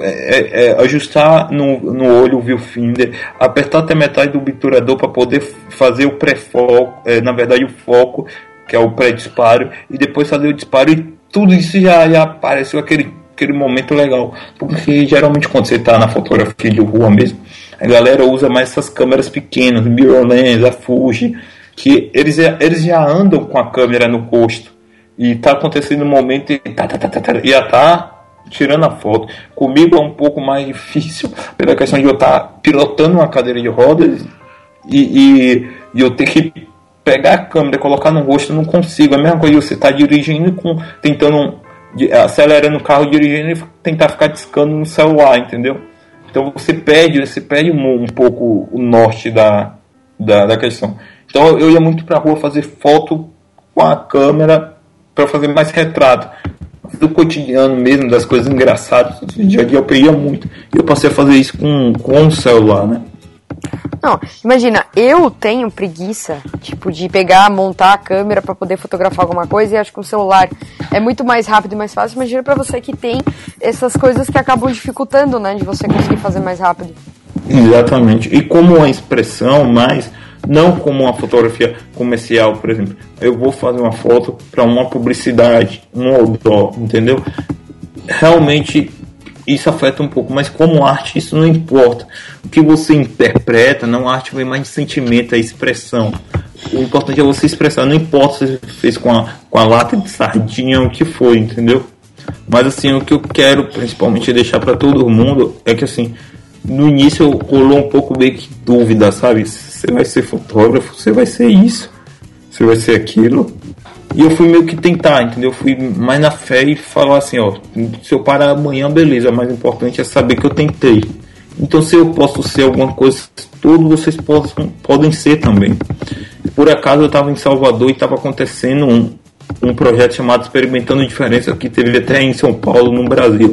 É, é, ajustar no, no olho o viewfinder, apertar até metade do obturador para poder fazer o pré-foco, é, na verdade o foco, que é o pré-disparo, e depois fazer o disparo, e tudo isso já, já apareceu aquele, aquele momento legal, porque geralmente quando você está na fotografia de rua mesmo, a galera usa mais essas câmeras pequenas, mirrorless, a Fuji, que eles, eles já andam com a câmera no rosto, e está acontecendo um momento e tá, tá, tá, tá, tá, já está tirando a foto. Comigo é um pouco mais difícil pela questão de eu estar pilotando uma cadeira de rodas e, e, e eu ter que pegar a câmera e colocar no rosto, eu não consigo. É a mesma coisa de você estar dirigindo, com, tentando acelerando o carro, dirigindo e tentar ficar discando no celular, entendeu? Então você perde, você perde um, um pouco o norte da, da, da questão. Então eu ia muito pra rua fazer foto com a câmera para fazer mais retrato do cotidiano mesmo, das coisas engraçadas do dia a dia. Eu peguei muito e eu passei a fazer isso com, com o celular, né? Não, imagina, eu tenho preguiça, tipo, de pegar, montar a câmera pra poder fotografar alguma coisa, e acho que o celular é muito mais rápido e mais fácil. Imagina pra você que tem essas coisas que acabam dificultando, né, de você conseguir fazer mais rápido. Exatamente, e como uma expressão mais, não como uma fotografia comercial, por exemplo, eu vou fazer uma foto para uma publicidade, um outdoor, entendeu? Realmente isso afeta um pouco, mas como arte isso não importa. O que você interpreta, não, a arte vem mais de sentimento, a expressão. O importante é você expressar, não importa se você fez com a, com a lata de sardinha, o que foi, entendeu? Mas assim, o que eu quero principalmente deixar para todo mundo é que assim, no início rolou um pouco meio que dúvida, sabe? Você vai ser fotógrafo, você vai ser isso, você vai ser aquilo. E eu fui meio que tentar, entendeu? Eu fui mais na fé e falar assim, ó, se eu parar amanhã, beleza, mas o importante é saber que eu tentei. Então se eu posso ser alguma coisa, todos vocês possam, podem ser também. Por acaso eu estava em Salvador e estava acontecendo um, um projeto chamado Experimentando Diferença, que teve até em São Paulo, no Brasil.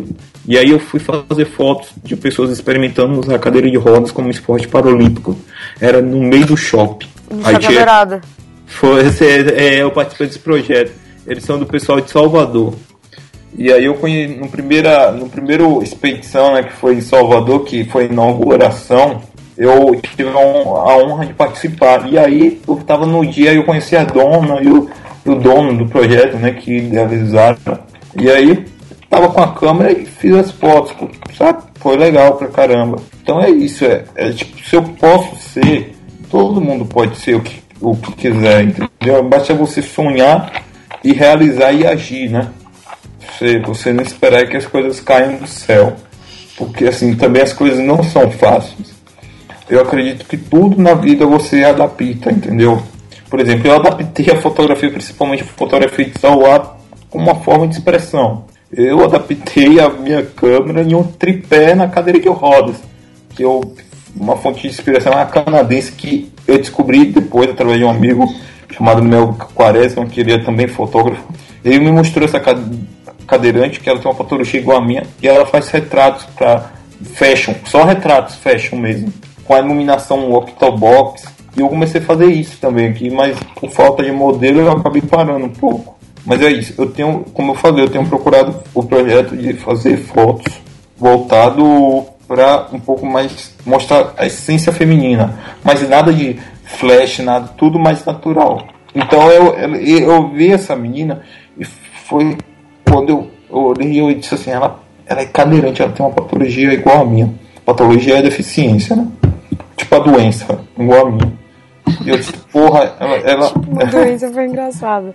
E aí eu fui fazer fotos de pessoas experimentando usar a cadeira de rodas como esporte paralímpico. Era no meio do shopping. Aí tinha... Foi, é, eu participei desse projeto. Eles são do pessoal de Salvador. E aí eu conheci, no, primeira, no primeiro expedição, né, que foi em Salvador, que foi inauguração, eu tive a honra de participar. E aí eu estava no dia e eu conheci a dona e o, o dono do projeto, né, que idealizaram. E aí tava com a câmera e fiz as fotos, sabe? Foi legal pra caramba. Então é isso, é, é tipo, se eu posso ser, todo mundo pode ser o que, o que quiser, entendeu? Basta você sonhar e realizar e agir, né? Você, você não esperar que as coisas caiam do céu, porque assim, também as coisas não são fáceis. Eu acredito que tudo na vida você adapta, entendeu? Por exemplo, eu adaptei a fotografia, principalmente a fotografia de celular, como uma forma de expressão. Eu adaptei a minha câmera em um tripé na cadeira de rodas, que eu, uma fonte de inspiração é a canadense que eu descobri depois através de um amigo chamado Mel Quaresma, que ele é também fotógrafo. Ele me mostrou essa cadeirante, que ela tem uma patologia igual a minha, e ela faz retratos para fashion, só retratos fashion mesmo, com a iluminação octobox. E eu comecei a fazer isso também aqui, mas por falta de modelo eu acabei parando um pouco. Mas é isso, eu tenho, como eu falei, eu tenho procurado o projeto de fazer fotos voltado para um pouco mais mostrar a essência feminina, mas nada de flash, nada, tudo mais natural. Então eu, eu, eu vi essa menina e foi quando eu, eu olhei e eu disse assim, ela, ela é cadeirante, ela tem uma patologia igual a minha. Patologia é deficiência, né? Tipo a doença, igual a minha. E eu disse, porra, ela... ela tipo, a doença foi engraçada.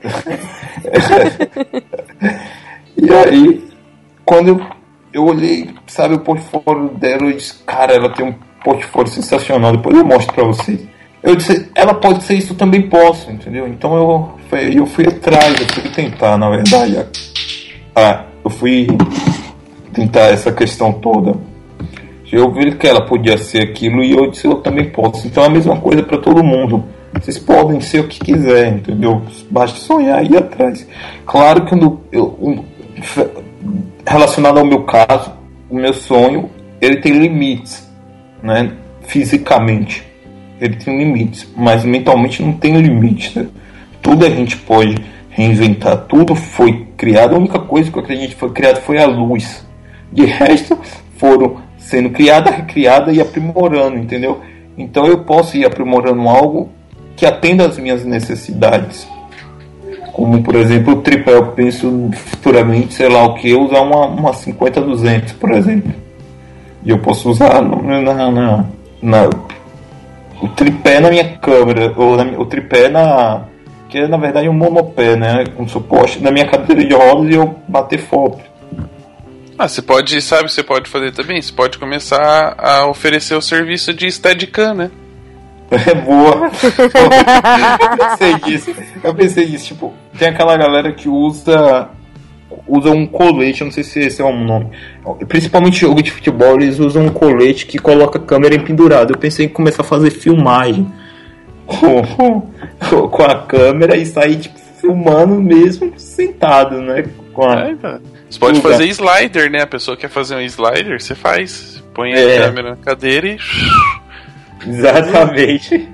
E aí, quando eu, eu olhei, sabe, o portfólio dela, eu disse, cara, ela tem um portfólio sensacional, depois eu mostro pra vocês. Eu disse, ela pode ser isso, eu também posso, entendeu? Então eu, eu fui atrás, eu fui tentar, na verdade. Ah, eu fui tentar essa questão toda. Eu vi que ela podia ser aquilo e eu disse, eu também posso. Então é a mesma coisa para todo mundo. Vocês podem ser o que quiser, entendeu? Basta sonhar e ir atrás. Claro que eu, eu, relacionado ao meu caso, o meu sonho, ele tem limites, né? Fisicamente. Ele tem limites, mas mentalmente não tem limites. Né? Tudo a gente pode reinventar. Tudo foi criado. A única coisa que eu acredito que foi criada foi a luz. De resto, foram sendo criada, recriada e aprimorando, entendeu? Então eu posso ir aprimorando algo que atenda às minhas necessidades. Como, por exemplo, o tripé, eu penso futuramente, sei lá o que, usar uma, uma cinquenta duzentos, por exemplo. E eu posso usar na, na, na, na, o tripé na minha câmera, ou na, o tripé na... que é na verdade um monopé, né? Com suporte na minha cadeira de rodas e eu bater foto. Ah, você pode, sabe, você pode fazer também, você pode começar a oferecer o serviço de Steadicam, né? É boa. Eu pensei nisso. Eu pensei nisso, tipo, tem aquela galera que usa usa um colete, eu não sei se esse é um nome. Principalmente jogo de futebol, eles usam um colete que coloca a câmera empendurada. Eu pensei em começar a fazer filmagem com, com a câmera e sair tipo, filmando mesmo sentado, né? Com a... é, tá. Você pode Uga. fazer slider, né? A pessoa quer fazer um slider, você faz. Põe é. a câmera na cadeira e... Exatamente.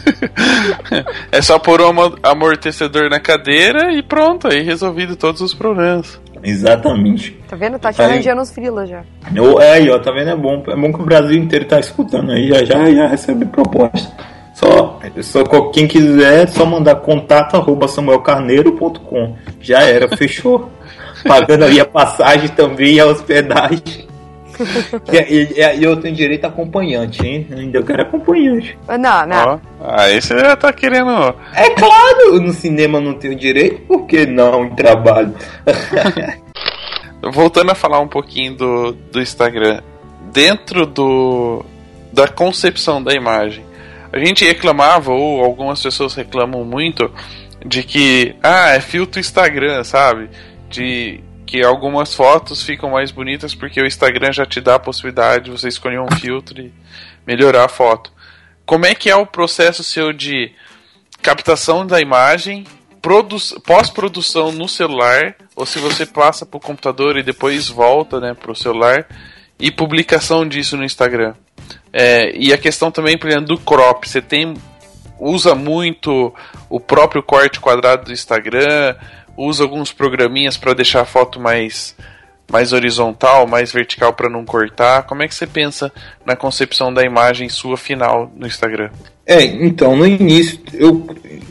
É só pôr um amortecedor na cadeira e pronto, aí resolvido todos os problemas. Exatamente. Tá vendo? Tá te arranjando os frilas já. Eu, é aí, ó, tá vendo? É bom. É bom que o Brasil inteiro tá escutando aí, já já, já recebe proposta. Só, só quem quiser, é só mandar contato arroba samuel carneiro ponto com. Já era, fechou. Pagando ali a passagem também e a hospedagem. E, e, e eu tenho direito a acompanhante, hein? Ainda eu quero acompanhante. Não, não. Oh, aí você já tá querendo. É claro, no cinema não tenho direito, por que não em trabalho? Voltando a falar um pouquinho do, do Instagram, dentro do da concepção da imagem, a gente reclamava, ou algumas pessoas reclamam muito, de que, ah, é filtro Instagram, sabe? De que algumas fotos ficam mais bonitas porque o Instagram já te dá a possibilidade de você escolher um filtro e melhorar a foto. Como é que é o processo seu de captação da imagem, produ- pós-produção no celular, ou se você passa pro computador e depois volta, né, pro celular, e publicação disso no Instagram. É, e a questão também, por exemplo, do crop, você tem, usa muito o próprio corte quadrado do Instagram, usa alguns programinhas para deixar a foto mais, mais horizontal, mais vertical para não cortar. Como é que você pensa na concepção da imagem sua final no Instagram? É, então, no início, eu,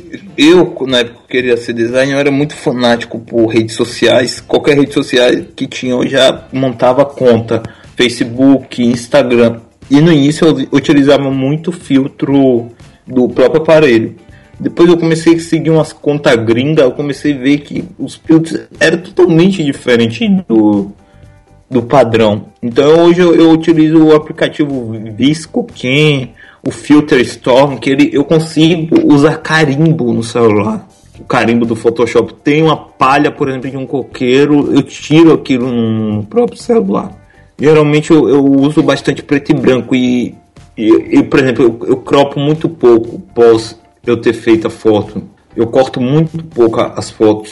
eu na época que eu queria ser designer, eu era muito fanático por redes sociais. Qualquer rede social que tinha, eu já montava conta. Facebook, Instagram. E no início eu utilizava muito filtro do próprio aparelho. Depois eu comecei a seguir umas contas gringas, eu comecei a ver que os filtros eram totalmente diferentes do, do padrão. Então hoje eu, eu utilizo o aplicativo ViscoCam, o Filter Storm, que ele, eu consigo usar carimbo no celular. O carimbo do Photoshop. Tem uma palha, por exemplo, de um coqueiro, eu tiro aquilo no próprio celular. Geralmente eu, eu uso bastante preto e branco e, e, e por exemplo, eu, eu cropo muito pouco após eu ter feito a foto. Eu corto muito pouco as fotos.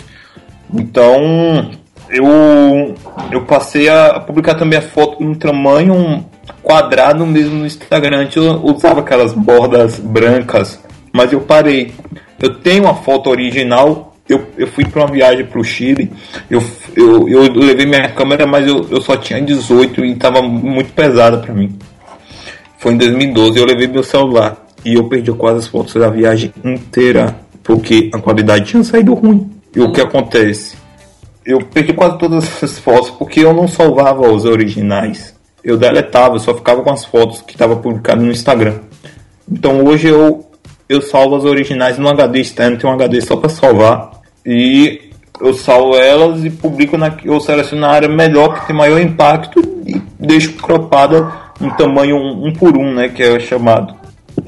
Então eu, eu passei a publicar também a foto em tamanho quadrado mesmo no Instagram. Antes eu usava aquelas bordas brancas, mas eu parei. Eu tenho uma foto original. Eu, eu fui para uma viagem para o Chile, eu, eu, eu levei minha câmera, mas eu, eu só tinha dezoito e estava muito pesada para mim. Foi em dois mil e doze, eu levei meu celular e eu perdi quase as fotos da viagem inteira, porque a qualidade tinha saído ruim. E o que acontece? Eu perdi quase todas as fotos porque eu não salvava os originais. Eu deletava, eu só ficava com as fotos que estavam publicadas no Instagram. Então hoje eu, eu salvo as originais no H D externo, tem um H D só para salvar. E eu salvo elas e publico na, eu seleciono a área melhor, que tem maior impacto, e deixo cropada em tamanho um, um por um, né, que é chamado.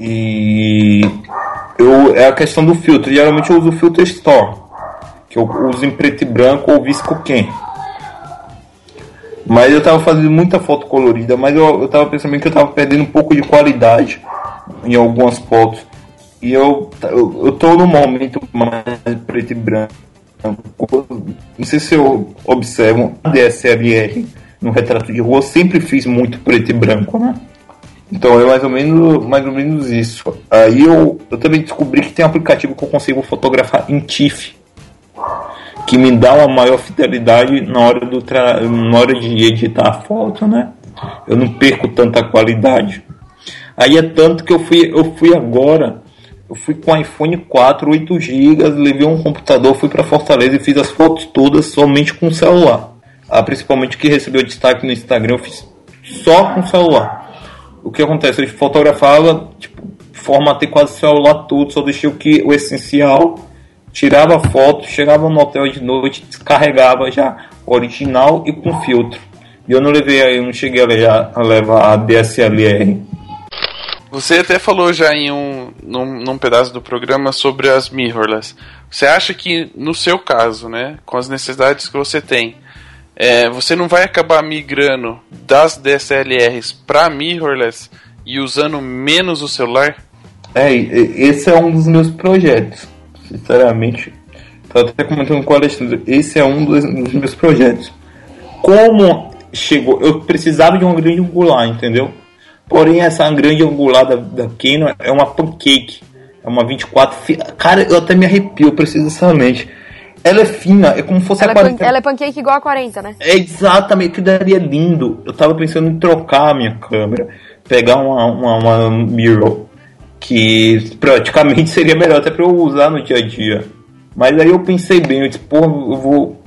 E eu, é a questão do filtro. Geralmente eu uso o Filter Storm, que eu uso em preto e branco ou ViscoCam. Mas eu tava fazendo muita foto colorida, mas eu, eu tava pensando que eu tava perdendo um pouco de qualidade em algumas fotos. E eu, eu, eu tô no momento mais preto e branco. Não sei se eu observo a D S L R no retrato de rua, eu sempre fiz muito preto e branco, né? Então é mais ou menos, mais ou menos isso. Aí eu, eu também descobri que tem um aplicativo que eu consigo fotografar em T I F F, que me dá uma maior fidelidade na hora, do tra... na hora de editar a foto, né? Eu não perco tanta qualidade. Aí é tanto que eu fui, eu fui agora... Eu fui com o iPhone quatro, oito gigas, levei um computador, fui para Fortaleza e fiz as fotos todas somente com o celular. Ah, principalmente o que recebeu destaque no Instagram, eu fiz só com o celular. O que acontece? Eu fotografava, tipo, formatei quase o celular todo, só deixei o, que, o essencial, tirava a foto, chegava no hotel de noite, descarregava já original e com filtro. E eu não levei, eu não cheguei a levar, a levar a D S L R. Você até falou já em um num, num pedaço do programa sobre as mirrorless. Você acha que no seu caso, né, com as necessidades que você tem, é, você não vai acabar migrando das D S L Rs para mirrorless e usando menos o celular? É, esse é um dos meus projetos. Sinceramente, estou até comentando com o Alexandre. Esse é um dos, dos meus projetos. Como chegou, eu precisava de uma grande angular, entendeu? Porém, essa grande angular da, da Canon é uma pancake. É uma vinte e quatro. Cara, eu até me arrepio, eu preciso dessa lente. Ela é fina, é como se fosse ela a quarenta. É pan, ela é pancake igual a quarenta, né? É exatamente, que daria lindo. Eu tava pensando em trocar a minha câmera, pegar uma, uma, uma mirror, que praticamente seria melhor até pra eu usar no dia a dia. Mas aí eu pensei bem, eu disse, pô, eu vou.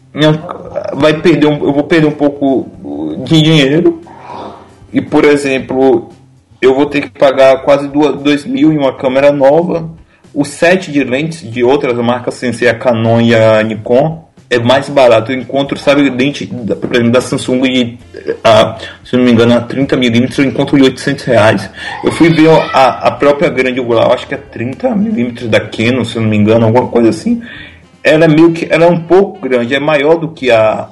Vai perder um, eu vou perder um pouco de dinheiro. E, por exemplo, eu vou ter que pagar quase dois mil em uma câmera nova. O set de lentes de outras marcas, sem ser a Canon e a Nikon, é mais barato. Eu encontro, sabe, lente, por exemplo, da Samsung, de, a, se não me engano, a trinta milímetros, eu encontro de oitocentos reais. Eu fui ver a, a própria grande angular, acho que é trinta milímetros da Canon, se não me engano, alguma coisa assim. Ela é meio que, ela é um pouco grande, é maior do que a...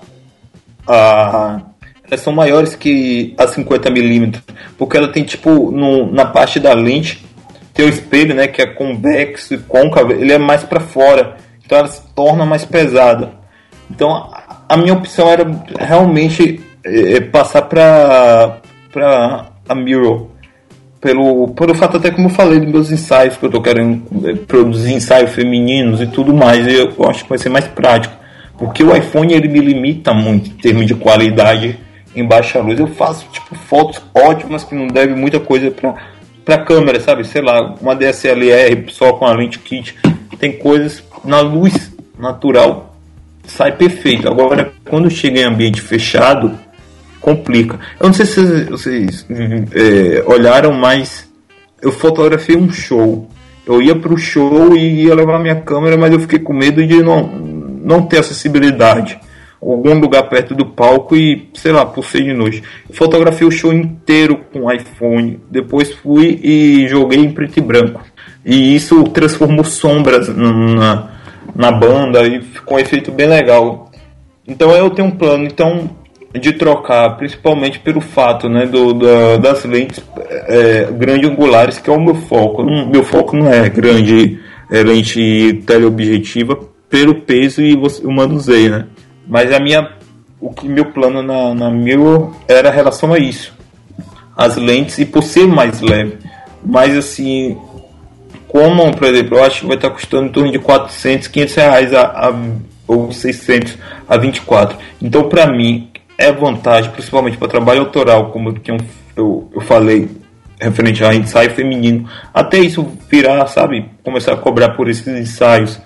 a elas são maiores que a cinquenta milímetros, porque ela tem, tipo, no, na parte da lente, tem o espelho, né, que é convexo e côncavo, ele é mais para fora, então ela se torna mais pesada. Então a, a minha opção era realmente é, passar para para a Mirror, pelo, pelo fato até como eu falei dos meus ensaios, que eu tô querendo produzir ensaios femininos e tudo mais, e eu acho que vai ser mais prático, porque o iPhone ele me limita muito em termos de qualidade em baixa luz. Eu faço tipo fotos ótimas que não devem muita coisa para para câmera, sabe? Sei lá, uma D S L R só com a lente kit, tem coisas na luz natural sai perfeito. Agora quando chega em ambiente fechado complica. Eu não sei se vocês, vocês é, olharam, mas eu fotografei um show. Eu ia pro show e ia levar minha câmera, mas eu fiquei com medo de não, não ter acessibilidade. Algum lugar perto do palco e, sei lá, por ser de noite. Eu fotografei o show inteiro com iPhone. Depois fui e joguei em preto e branco. E isso transformou sombras na, na banda e ficou um efeito bem legal. Então eu tenho um plano então, de trocar, principalmente pelo fato, né, do, da, das lentes é, grande angulares, que é o meu foco. Não, meu foco não é grande é, lente teleobjetiva, pelo peso e o manuseio, né? Mas a minha, o que meu plano na, na Mirror era em relação a isso, as lentes, e por ser mais leve. Mas assim, como, por exemplo, eu acho que vai estar custando em torno de quatrocentos, quinhentos reais a, a, ou seiscentos a vinte e quatro. Então para mim é vantagem, principalmente para trabalho autoral, como eu, eu, eu falei, referente a ensaio feminino, até isso virar, sabe, começar a cobrar por esses ensaios.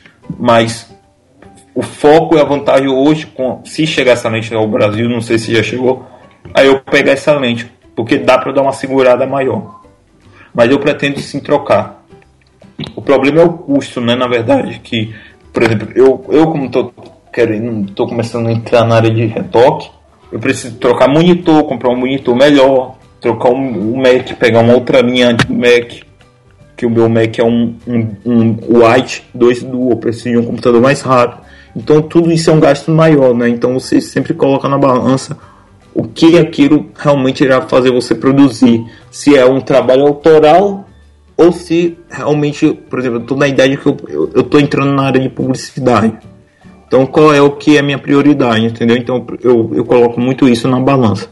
Mas o foco e a vantagem hoje, com, se chegar essa lente ao Brasil, não sei se já chegou, aí eu pegar essa lente, porque dá para dar uma segurada maior. Mas eu pretendo sim trocar. O problema é o custo, né, na verdade, que, por exemplo, eu, eu como estou querendo, estou começando a entrar na área de retoque, eu preciso trocar monitor, comprar um monitor melhor, trocar um, um Mac, pegar uma outra linha de Mac, que o meu Mac é um, um, um White dois Duo, eu preciso de um computador mais rápido. Então tudo isso é um gasto maior, né? Então você sempre coloca na balança o que aquilo realmente irá fazer você produzir. Se é um trabalho autoral ou se realmente, por exemplo, eu estou na idade que eu estou entrando na área de publicidade. Então qual é o que é a minha prioridade, entendeu? Então eu, eu coloco muito isso na balança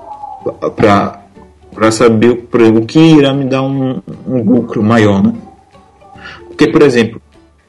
para para saber por exemplo, o que irá me dar um, um lucro maior, né? Porque, por exemplo,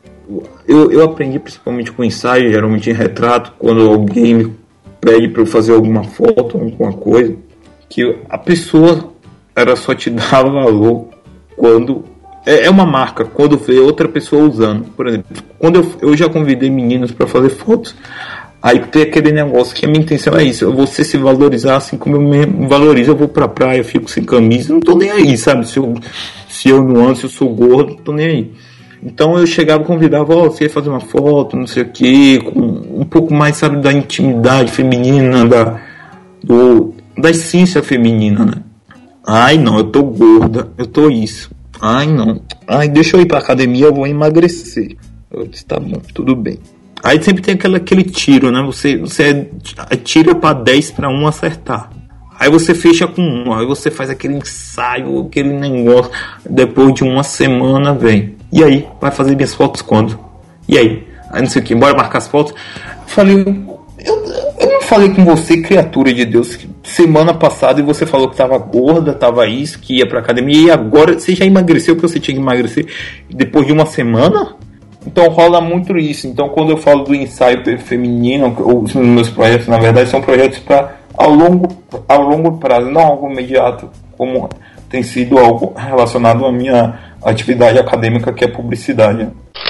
eu, eu aprendi principalmente com ensaio, geralmente em retrato, quando alguém me pede para eu fazer alguma foto, alguma coisa, que a pessoa era só te dar valor quando é, é uma marca, quando vê outra pessoa usando. Por exemplo, quando eu, eu já convidei meninos para fazer fotos, aí tem aquele negócio que a minha intenção é isso, você se valorizar assim como eu me valorizo. Eu vou pra praia, eu fico sem camisa, não tô nem aí, sabe? Se eu, se eu não ando, se eu sou gordo, não tô nem aí. Então eu chegava e convidava, ó, oh, você ia fazer uma foto, não sei o que, com um pouco mais, sabe, da intimidade feminina, da, do, da essência feminina, né? Ai não, eu tô gorda, eu tô isso. Ai não, ai deixa eu ir pra academia, eu vou emagrecer. Eu disse, tá bom, tudo bem. Aí sempre tem aquele, aquele tiro, né? Você, você tira pra dez pra um acertar. Aí você fecha com um, aí você faz aquele ensaio, aquele negócio. Depois de uma semana, vem. E aí? Vai fazer minhas fotos quando? E aí? Aí não sei o que, bora marcar as fotos. Falei, eu, eu não falei com você, criatura de Deus, semana passada e você falou que tava gorda, tava isso, que ia pra academia. E agora você já emagreceu porque você tinha que emagrecer depois de uma semana? Então rola muito isso. Então quando eu falo do ensaio feminino, os meus projetos na verdade são projetos para ao longo, ao longo prazo, não algo imediato, como tem sido algo relacionado à minha atividade acadêmica, que é publicidade.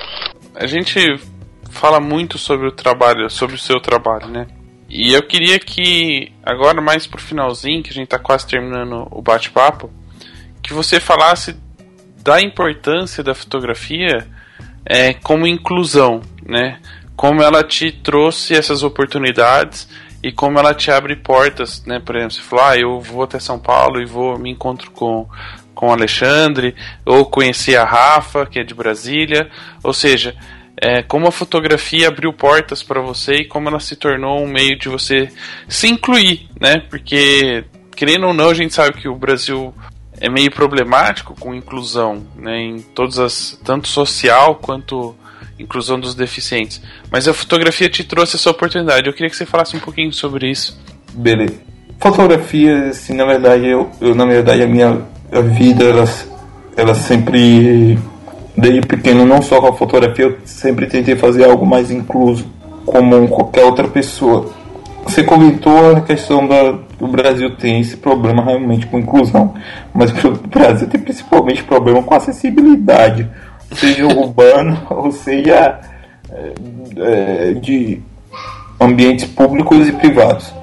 A gente fala muito sobre o trabalho, sobre o seu trabalho, né? E eu queria que agora mais pro finalzinho, que a gente tá quase terminando o bate-papo, que você falasse da importância da fotografia É, como inclusão, né? Como ela te trouxe essas oportunidades e como ela te abre portas, né? Por exemplo, você falou, ah, eu vou até São Paulo e vou me encontro com, com o Alexandre, ou conheci a Rafa, que é de Brasília. Ou seja, é, como a fotografia abriu portas para você e como ela se tornou um meio de você se incluir, né? Porque, querendo ou não, a gente sabe que o Brasil é meio problemático com inclusão, né, em todas as, tanto social quanto inclusão dos deficientes. Mas a fotografia te trouxe essa oportunidade. Eu queria que você falasse um pouquinho sobre isso. Beleza. Fotografia, assim, na verdade, eu, eu na verdade, a minha a vida, ela, ela sempre, desde pequeno, não só com a fotografia, eu sempre tentei fazer algo mais incluso, como qualquer outra pessoa. Você comentou a questão da, do Brasil tem esse problema realmente com inclusão, mas o Brasil tem principalmente problema com acessibilidade, seja urbano ou seja é, é, de ambientes públicos e privados.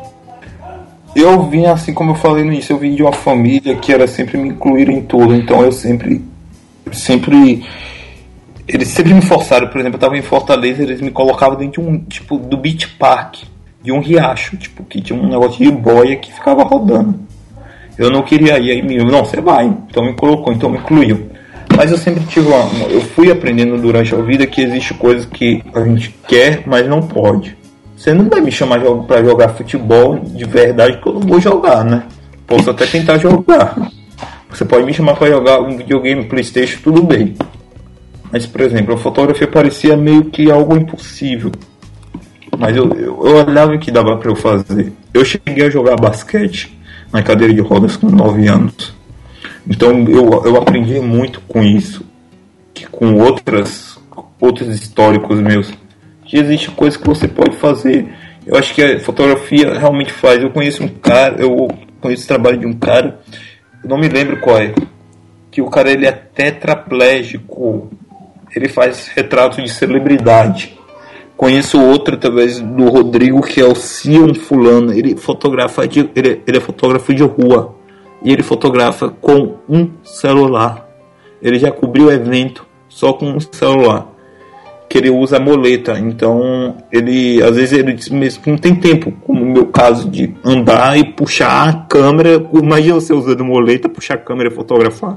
Eu vim, assim como eu falei no início, eu vim de uma família que era sempre me incluir em tudo, então eu sempre, sempre, eles sempre me forçaram. Por exemplo, eu estava em Fortaleza, eles me colocavam dentro de um, tipo, do beach park, de um riacho, tipo, que tinha um negócio de boia que ficava rodando. Eu não queria ir, aí me, não, você vai, então me colocou, então me incluiu. Mas eu sempre tive uma, eu fui aprendendo durante a vida que existe coisas que a gente quer, mas não pode. Você não vai me chamar pra jogar futebol de verdade, que eu não vou jogar, né? Posso até tentar jogar. Você pode me chamar pra jogar um videogame, PlayStation, tudo bem. Mas, por exemplo, a fotografia parecia meio que algo impossível. Mas eu, eu, eu olhava que dava pra eu fazer. Eu cheguei a jogar basquete na cadeira de rodas com nove anos. Então eu, eu aprendi muito com isso. Que com outras, outros históricos meus. Que existe coisa que você pode fazer. Eu acho que a fotografia realmente faz. Eu conheço um cara, eu conheço o trabalho de um cara, eu não me lembro qual é, que o cara ele é tetraplégico, ele faz retrato de celebridade. Conheço outro através do Rodrigo, que é o Sion Fulano, ele fotografa de, ele, ele é fotógrafo de rua e ele fotografa com um celular. Ele já cobriu o evento só com um celular, que ele usa a moleta. Então ele, às vezes ele mesmo não tem tempo, como no meu caso, de andar e puxar a câmera. Imagina você usando moleta, puxar a câmera e fotografar.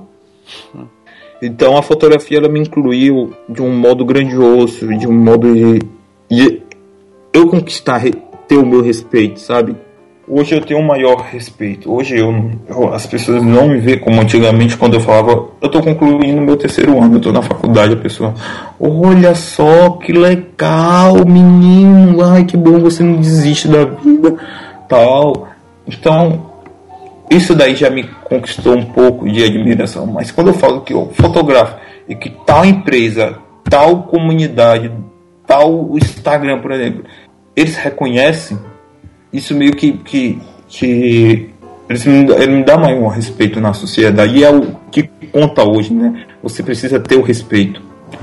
Então a fotografia ela me incluiu de um modo grandioso, de um modo de, de eu conquistar, ter o meu respeito, sabe? Hoje eu tenho um maior respeito. Hoje eu, eu, as pessoas não me veem como antigamente, quando eu falava, eu estou concluindo meu terceiro ano, eu estou na faculdade, a pessoa, olha só que legal, menino, ai que bom, você não desiste da vida, tal. Então, isso daí já me conquistou um pouco de admiração. Mas quando eu falo que eu fotografo e que tal empresa, tal comunidade, tal Instagram, por exemplo, eles reconhecem, isso meio que, que, que eles me, ele me dá maior respeito na sociedade. E é o que conta hoje, né? Você precisa ter o respeito.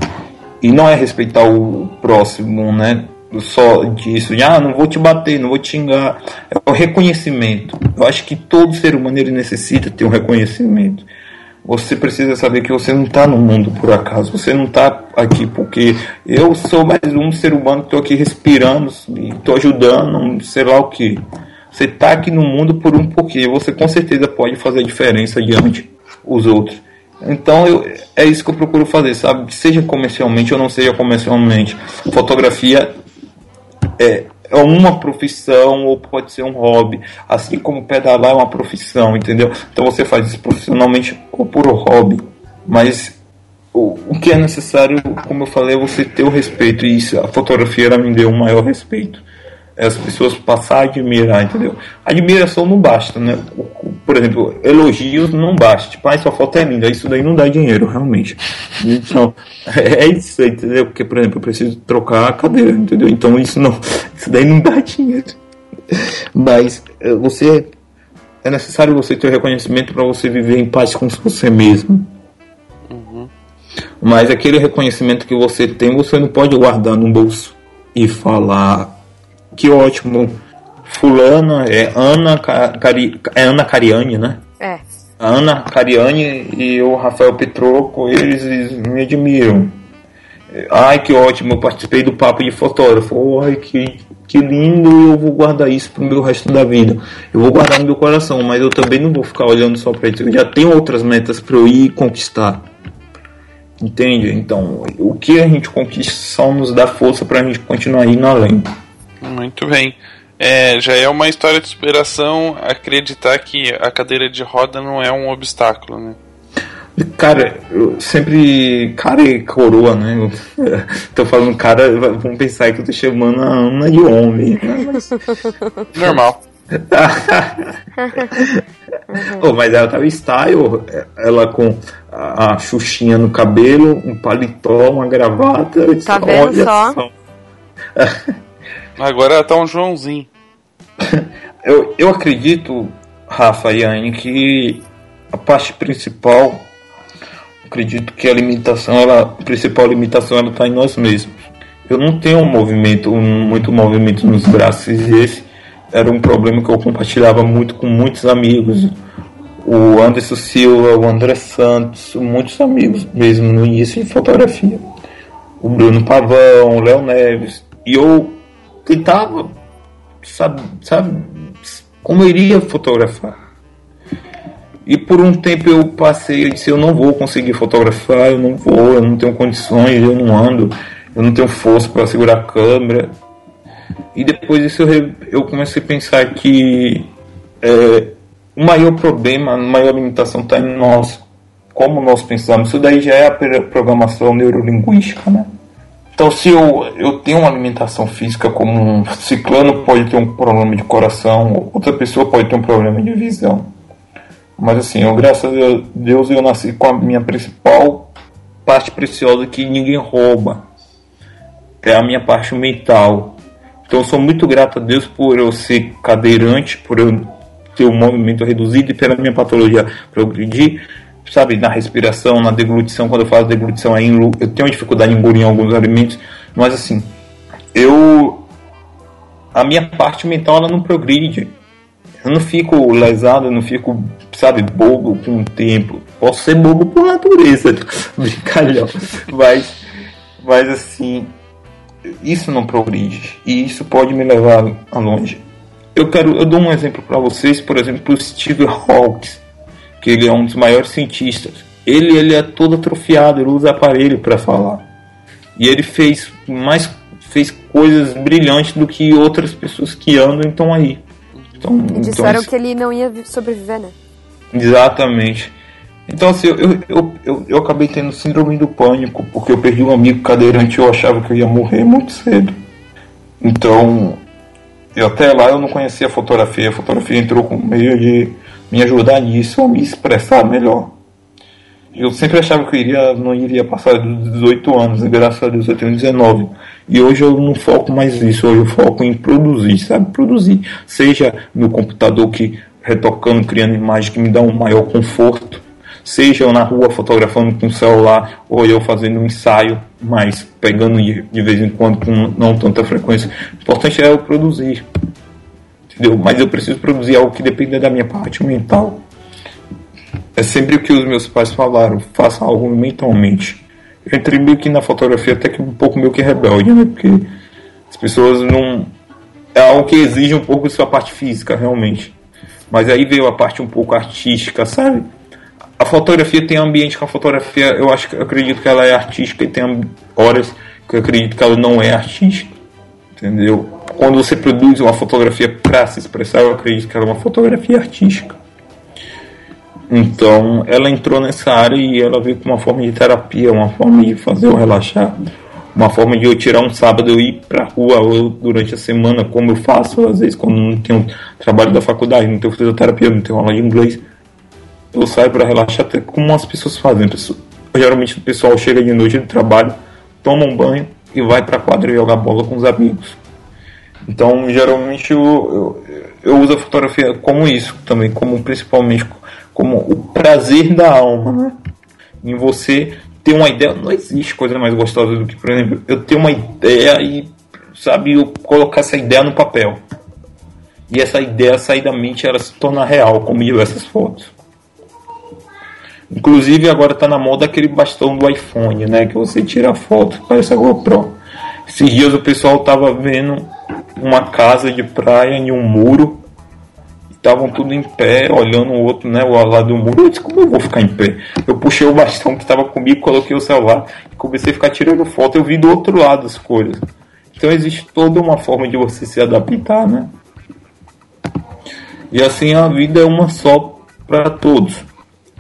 E não é respeitar o próximo, né? Só disso, de, ah, não vou te bater, não vou te xingar. É o reconhecimento. Eu acho que todo ser humano ele necessita ter um reconhecimento. Você precisa saber que você não está no mundo por acaso. Você não está aqui porque eu sou mais um ser humano que estou aqui respirando e estou ajudando, sei lá o que. Você está aqui no mundo por um porquê. Você com certeza pode fazer a diferença diante os outros. Então eu, é isso que eu procuro fazer, sabe? Seja comercialmente ou não seja comercialmente. Fotografia é, é uma profissão ou pode ser um hobby, assim como pedalar é uma profissão, entendeu? Então você faz isso profissionalmente ou por hobby, mas o, o que é necessário, como eu falei, é você ter o respeito, e isso, a fotografia ela me deu um maior respeito. As pessoas passar a admirar, entendeu? Admiração não basta, né? Por exemplo, elogios não basta. Tipo, ah, sua foto é linda, isso daí não dá dinheiro, realmente. Então, é isso, entendeu? Porque, por exemplo, eu preciso trocar a cadeira, entendeu? Então isso não, isso daí não dá dinheiro. Mas você é necessário você ter o reconhecimento para você viver em paz com você mesmo. Uhum. Mas aquele reconhecimento que você tem, você não pode guardar no bolso e falar que ótimo, fulana é Ana Cari, é Ana Cariani, né? É. A Ana Cariani e o Rafael Petroco, eles, eles me admiram. Ai, que ótimo, eu participei do papo de fotógrafo. Ai, que, que lindo, eu vou guardar isso pro meu resto da vida. Eu vou guardar no meu coração, mas eu também não vou ficar olhando só pra isso. Eu já tenho outras metas pra eu ir conquistar. Entende? Então, o que a gente conquista só nos dá força pra gente continuar indo além. Muito bem. É, já é uma história de superação acreditar que a cadeira de roda não é um obstáculo, né? Cara, eu sempre. Cara e coroa, né? Eu tô falando cara, vão pensar que eu tô chamando a Ana de homem. Né? Mas... Normal. Oh, mas ela tava style, ela com a, a xuxinha no cabelo, um paletó, uma gravata. Eu disse, Tá vendo só? só. Agora ela tá um Joãozinho. Eu, eu acredito, Rafa e Anne, que a parte principal, acredito que a limitação, ela, a principal limitação ela está em nós mesmos. Eu não tenho um movimento, um, muito movimento nos braços, e esse era um problema que eu compartilhava muito com muitos amigos. O Anderson Silva, o André Santos, muitos amigos mesmo no início de fotografia. O Bruno Pavão, o Léo Neves. E eu tentava, sabe, sabe como eu iria fotografar. E por um tempo eu passei, eu disse, eu não vou conseguir fotografar, eu não vou, eu não tenho condições, eu não ando, eu não tenho força para segurar a câmera. E depois disso eu, eu comecei a pensar que é, o maior problema, a maior limitação está em nós, como nós pensamos. Isso daí já é a programação neurolinguística, né? Então, se eu, eu tenho uma alimentação física como um ciclano pode ter um problema de coração, outra pessoa pode ter um problema de visão. Mas assim, eu, graças a Deus, eu nasci com a minha principal parte preciosa que ninguém rouba. É a minha parte mental. Então eu sou muito grato a Deus por eu ser cadeirante, por eu ter um movimento reduzido e pela minha patologia progredir. Sabe, na respiração, na deglutição, quando eu faço deglutição, aí eu tenho dificuldade em engolir alguns alimentos, mas assim, eu a minha parte mental ela não progride, eu não fico lesado, eu não fico, sabe, bobo com o tempo. Posso ser bobo por natureza, brincalhão, mas, mas assim, isso não progride, e isso pode me levar a longe. Eu quero, eu dou um exemplo para vocês, por exemplo, o Steve Hawking, que ele é um dos maiores cientistas. Ele, ele é todo atrofiado, ele usa aparelho para falar. E ele fez mais fez coisas brilhantes do que outras pessoas que andam e estão aí. Então, E disseram então, que ele não ia sobreviver, né? Exatamente. Então assim, eu, eu, eu, eu acabei tendo síndrome do pânico, porque eu perdi um amigo cadeirante e eu achava que eu ia morrer muito cedo. Então, eu, até lá eu não conhecia a fotografia. A fotografia entrou com meio de me ajudar nisso, a me expressar melhor. Eu sempre achava que eu iria, não iria passar dos dezoito anos, e graças a Deus eu tenho dezenove. E hoje eu não foco mais nisso, hoje eu foco em produzir, sabe? Produzir. Seja no computador, que retocando, criando imagem que me dá um maior conforto, seja eu na rua fotografando com o celular, ou eu fazendo um ensaio, mas pegando de vez em quando com não tanta frequência. O importante é eu produzir. Entendeu? Mas eu preciso produzir algo que dependa da minha parte mental. É sempre o que os meus pais falaram, faça algo mentalmente. Eu entrei meio que na fotografia até que um pouco meio que rebelde, né? Porque as pessoas não... É algo que exige um pouco de sua parte física, realmente. Mas aí veio a parte um pouco artística, sabe? A fotografia tem ambiente com a fotografia, eu acho que eu acredito que ela é artística, e tem horas que eu acredito que ela não é artística. Entendeu? Quando você produz uma fotografia para se expressar, eu acredito que ela é uma fotografia artística. Então, ela entrou nessa área e ela veio com uma forma de terapia, uma forma de fazer eu relaxar, uma forma de eu tirar um sábado e ir pra rua ou durante a semana, como eu faço às vezes quando não tenho trabalho da faculdade, não tenho fisioterapia, não tenho aula de inglês. Eu saio para relaxar, até como as pessoas fazem. Geralmente o pessoal chega de noite do trabalho, toma um banho e vai pra quadra jogar bola com os amigos. Então, geralmente eu, eu, eu uso a fotografia como isso também, como principalmente como o prazer da alma, né? Em você ter uma ideia. Não existe coisa mais gostosa do que, por exemplo, eu ter uma ideia e, sabe, eu colocar essa ideia no papel. E essa ideia sair da mente, ela se torna real, como diversas fotos. Inclusive agora está na moda aquele bastão do iPhone, né? Que você tira a foto, parece a GoPro. Esses dias o pessoal estava vendo uma casa de praia em um muro. Estavam tudo em pé, olhando o outro, né, o lado do muro. Eu disse, como eu vou ficar em pé? Eu puxei o bastão que estava comigo, coloquei o celular e comecei a ficar tirando foto. Eu vi do outro lado as coisas. Então existe toda uma forma de você se adaptar, né? E assim a vida é uma só para todos.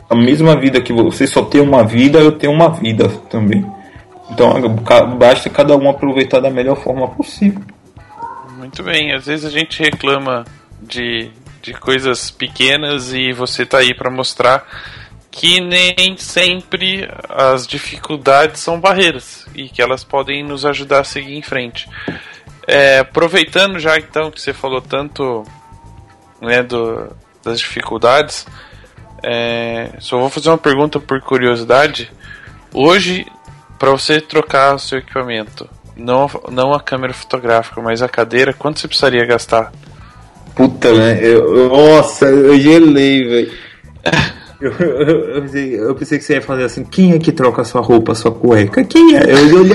a mesma vida que você só tem uma vida, eu tenho uma vida também. Então basta cada um aproveitar da melhor forma possível. Muito bem, às vezes a gente reclama de, de coisas pequenas e você tá aí para mostrar que nem sempre as dificuldades são barreiras e que elas podem nos ajudar a seguir em frente. É, aproveitando já então que você falou tanto, né, do, das dificuldades, é, só vou fazer uma pergunta por curiosidade. Hoje, para você trocar o seu equipamento, não, não a câmera fotográfica, mas a cadeira, quanto você precisaria gastar? Puta, né? Eu, eu, nossa, eu gelei, velho. Eu, eu, eu, eu pensei que você ia fazer assim: quem é que troca a sua roupa, a sua cueca? Quem é? Eu olhei.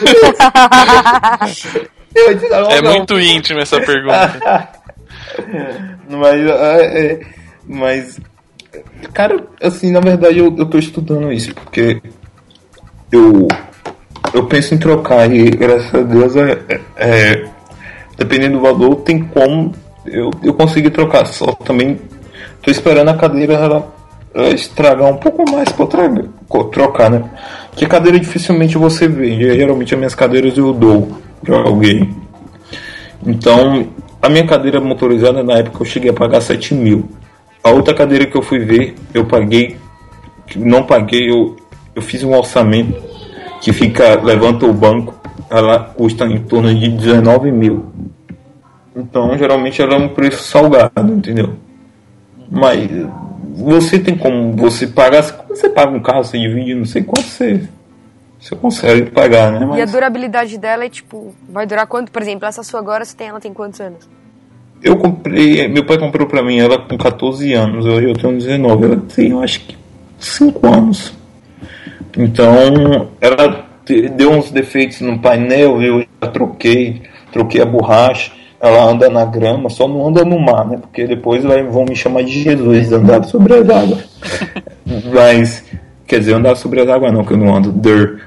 Eu disse, não, é não. Muito íntimo essa pergunta. mas, é, mas, cara, assim, na verdade eu, eu tô estudando isso, porque eu, eu penso em trocar e, graças a Deus, é, é, dependendo do valor, tem como eu, eu conseguir trocar. Só também tô esperando a cadeira ela, ela estragar um pouco mais pra trocar, né? Porque cadeira dificilmente você vê. Geralmente as minhas cadeiras eu dou pra alguém. Então, a minha cadeira motorizada, na época eu cheguei a pagar sete mil. A outra cadeira que eu fui ver, eu paguei, não paguei, eu, eu fiz um orçamento que fica, levanta o banco, ela custa em torno de dezenove mil. Então, geralmente ela é um preço salgado, entendeu? Mas você tem como você pagar, quando você paga um carro, você divide, não sei quanto você... Você consegue pagar, né? Mas... E a durabilidade dela é tipo... Vai durar quanto? Por exemplo, essa sua agora, você tem, ela tem quantos anos? Eu comprei... Meu pai comprou pra mim ela com catorze anos. Hoje eu tenho dezenove. Ela tem, eu acho que, cinco anos. Então, ela deu uns defeitos no painel. Eu já troquei. Troquei a borracha. Ela anda na grama. Só não anda no mar, né? Porque depois vão me chamar de Jesus andar sobre as águas. Mas... Quer dizer, eu andava sobre as águas não, que eu não ando. Dur.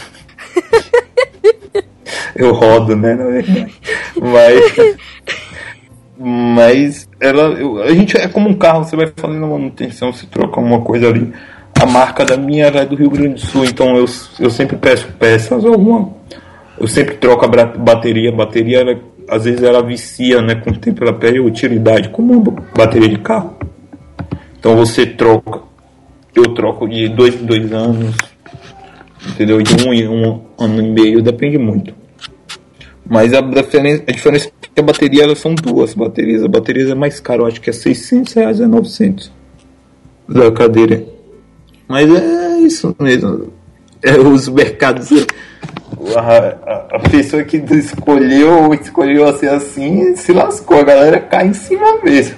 Eu rodo, né, na verdade. Mas... Mas... Ela, eu, a gente é como um carro, você vai fazendo manutenção, você troca uma coisa ali. A marca da minha é do Rio Grande do Sul, então eu, eu sempre peço peças, alguma... Eu sempre troco a bateria. A bateria, ela, às vezes, ela vicia, né, com o tempo ela perde utilidade, como uma bateria de carro. Então você troca. Eu troco de dois em dois anos, entendeu? De um em um ano e meio, depende muito. Mas a diferença, a diferença é que a bateria, elas são duas baterias. A bateria é mais cara, eu acho que é seiscentos reais a novecentos da cadeira. Mas é isso mesmo. É, os mercados, a, a, a pessoa que escolheu, escolheu assim, assim, se lascou. A galera cai em cima mesmo.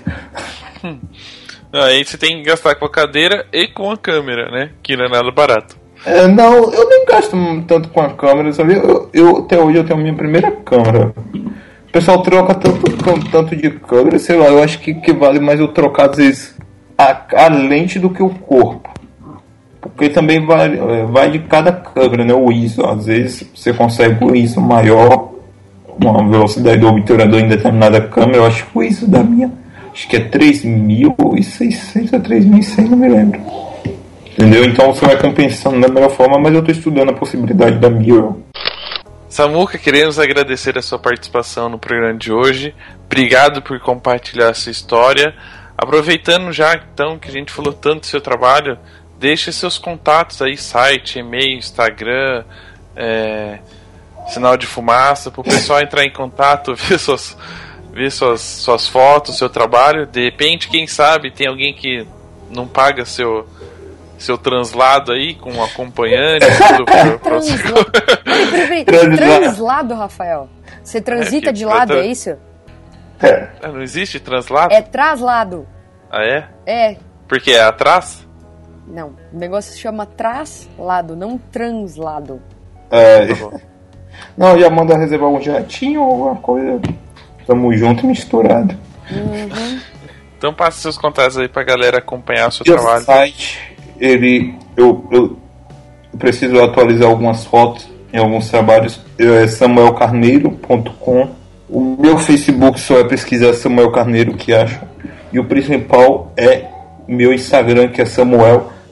Aí você tem que gastar com a cadeira e com a câmera, né? Que não é nada barato. É, não, eu nem gasto tanto com a câmera, sabe? Eu, eu, até hoje eu tenho a minha primeira câmera. O pessoal troca tanto, tanto de câmera, sei lá, eu acho que, que vale mais eu trocar, às vezes, a, a lente do que o corpo. Porque também vai, vai de cada câmera, né? O I S O, às vezes você consegue o I S O maior, uma velocidade do obturador em determinada câmera. Eu acho que o I S O da minha... Acho que é três mil e seiscentos a três mil e cem, não me lembro. Entendeu? Então você vai compensando da melhor forma, mas eu estou estudando a possibilidade da Mirror. Samuca, queremos agradecer a sua participação no programa de hoje. Obrigado por compartilhar a sua história. Aproveitando já, então, que a gente falou tanto do seu trabalho, deixe seus contatos aí, site, e-mail, Instagram, é, sinal de fumaça, para o pessoal entrar em contato, ver suas... ver suas, suas fotos, seu trabalho. De repente, quem sabe, tem alguém que não paga seu, seu translado aí com um acompanhante. Tudo pra, pra você... peraí, peraí, translado, Rafael? Você transita é, de lado, tra... é isso? É. Não existe translado? É traslado. Ah, é? É. Porque é atrás? Não, o negócio se chama traslado, não translado. É. Não, já manda reservar um jatinho ou alguma coisa. Tamo junto e misturado. Uhum. Então passe seus contatos aí pra galera acompanhar o seu e trabalho. O site, ele, eu, eu, eu preciso atualizar algumas fotos em alguns trabalhos. É samuel carneiro ponto com. O meu Facebook só é pesquisar Samuel Carneiro que acho. E o principal é meu Instagram, que é Samuel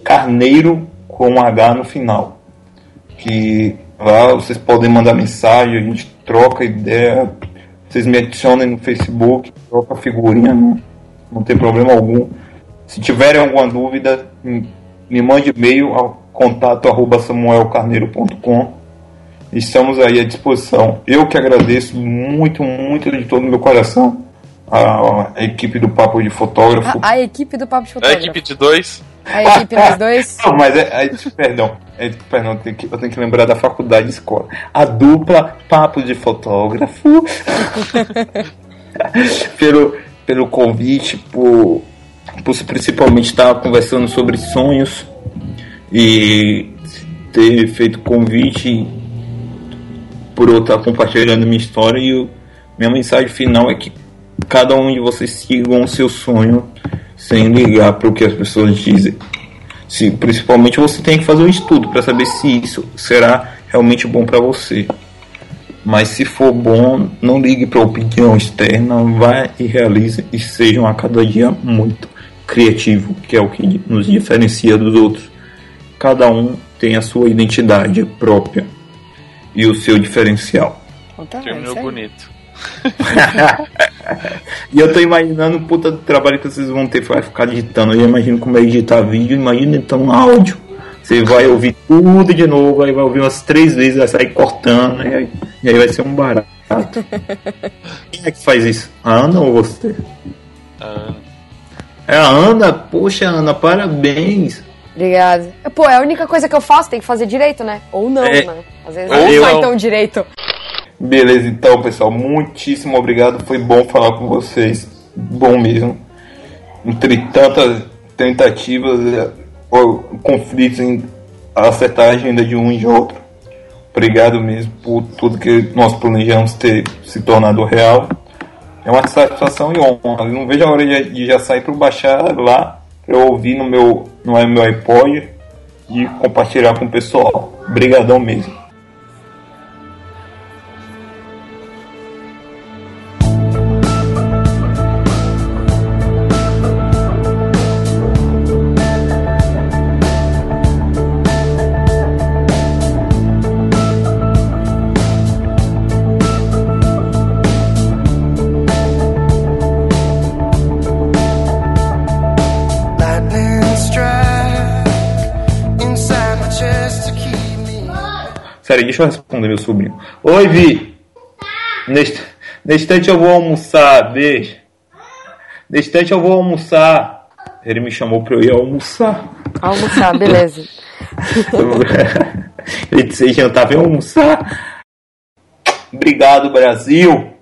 Carneiro com um H no final. Que lá vocês podem mandar mensagem, a gente troca ideia, vocês me adicionem no Facebook, troca figurinha, não, não tem problema algum. Se tiverem alguma dúvida, me mande e-mail ao contato arroba samuel carneiro ponto com. Estamos aí à disposição. Eu que agradeço muito, muito de todo o meu coração a, a equipe do Papo de Fotógrafo. A, a equipe do Papo de A Fotógrafo. equipe de dois. A equipe dos dois. Não, mas é, é perdão, é, perdão eu, tenho que, eu tenho que lembrar da faculdade de escola. A dupla Papo de Fotógrafo. pelo, pelo convite, por, por principalmente estar conversando sobre sonhos e ter feito convite, por eu estar compartilhando minha história. E eu, minha mensagem final é que cada um de vocês sigam o seu sonho sem ligar para o que as pessoas dizem. Se, principalmente você tem que fazer um estudo para saber se isso será realmente bom para você. Mas se for bom, não ligue para a opinião externa, vá e realize e sejam a cada dia muito criativo, que é o que nos diferencia dos outros. Cada um tem a sua identidade própria e o seu diferencial. Então, tá, Terminou bonito. E eu tô imaginando o puta do trabalho que vocês vão ter para ficar digitando. Eu já imagino como é editar vídeo, imagina então um áudio. Você vai ouvir tudo de novo, aí vai ouvir umas três vezes, vai sair cortando, e aí, e aí vai ser um barato. Quem é que faz isso? A Ana ou você? A Ana. É a Ana? Poxa, Ana, parabéns. Obrigada. Pô, é a única coisa que eu faço, tem que fazer direito, né? Ou não, É. né? Às vezes Ou não não. sai tão direito. Beleza, então, pessoal, muitíssimo obrigado. Foi bom falar com vocês. Bom mesmo. Entre tantas tentativas, eh, ou conflitos em acertar a agenda de um e de outro. Obrigado mesmo por tudo que nós planejamos ter se tornado real. É uma satisfação e honra. Eu não vejo a hora de, de já sair para baixar lá, para eu ouvir no meu, no meu iPod e compartilhar com o pessoal. Obrigadão mesmo. Sério, deixa eu responder meu sobrinho. Oi, Vi. Neste, neste instante eu vou almoçar, deixa. Neste instante eu vou almoçar. Ele me chamou pra eu ir almoçar. Almoçar, beleza. Ele disse, jantar, vem almoçar. Obrigado, Brasil.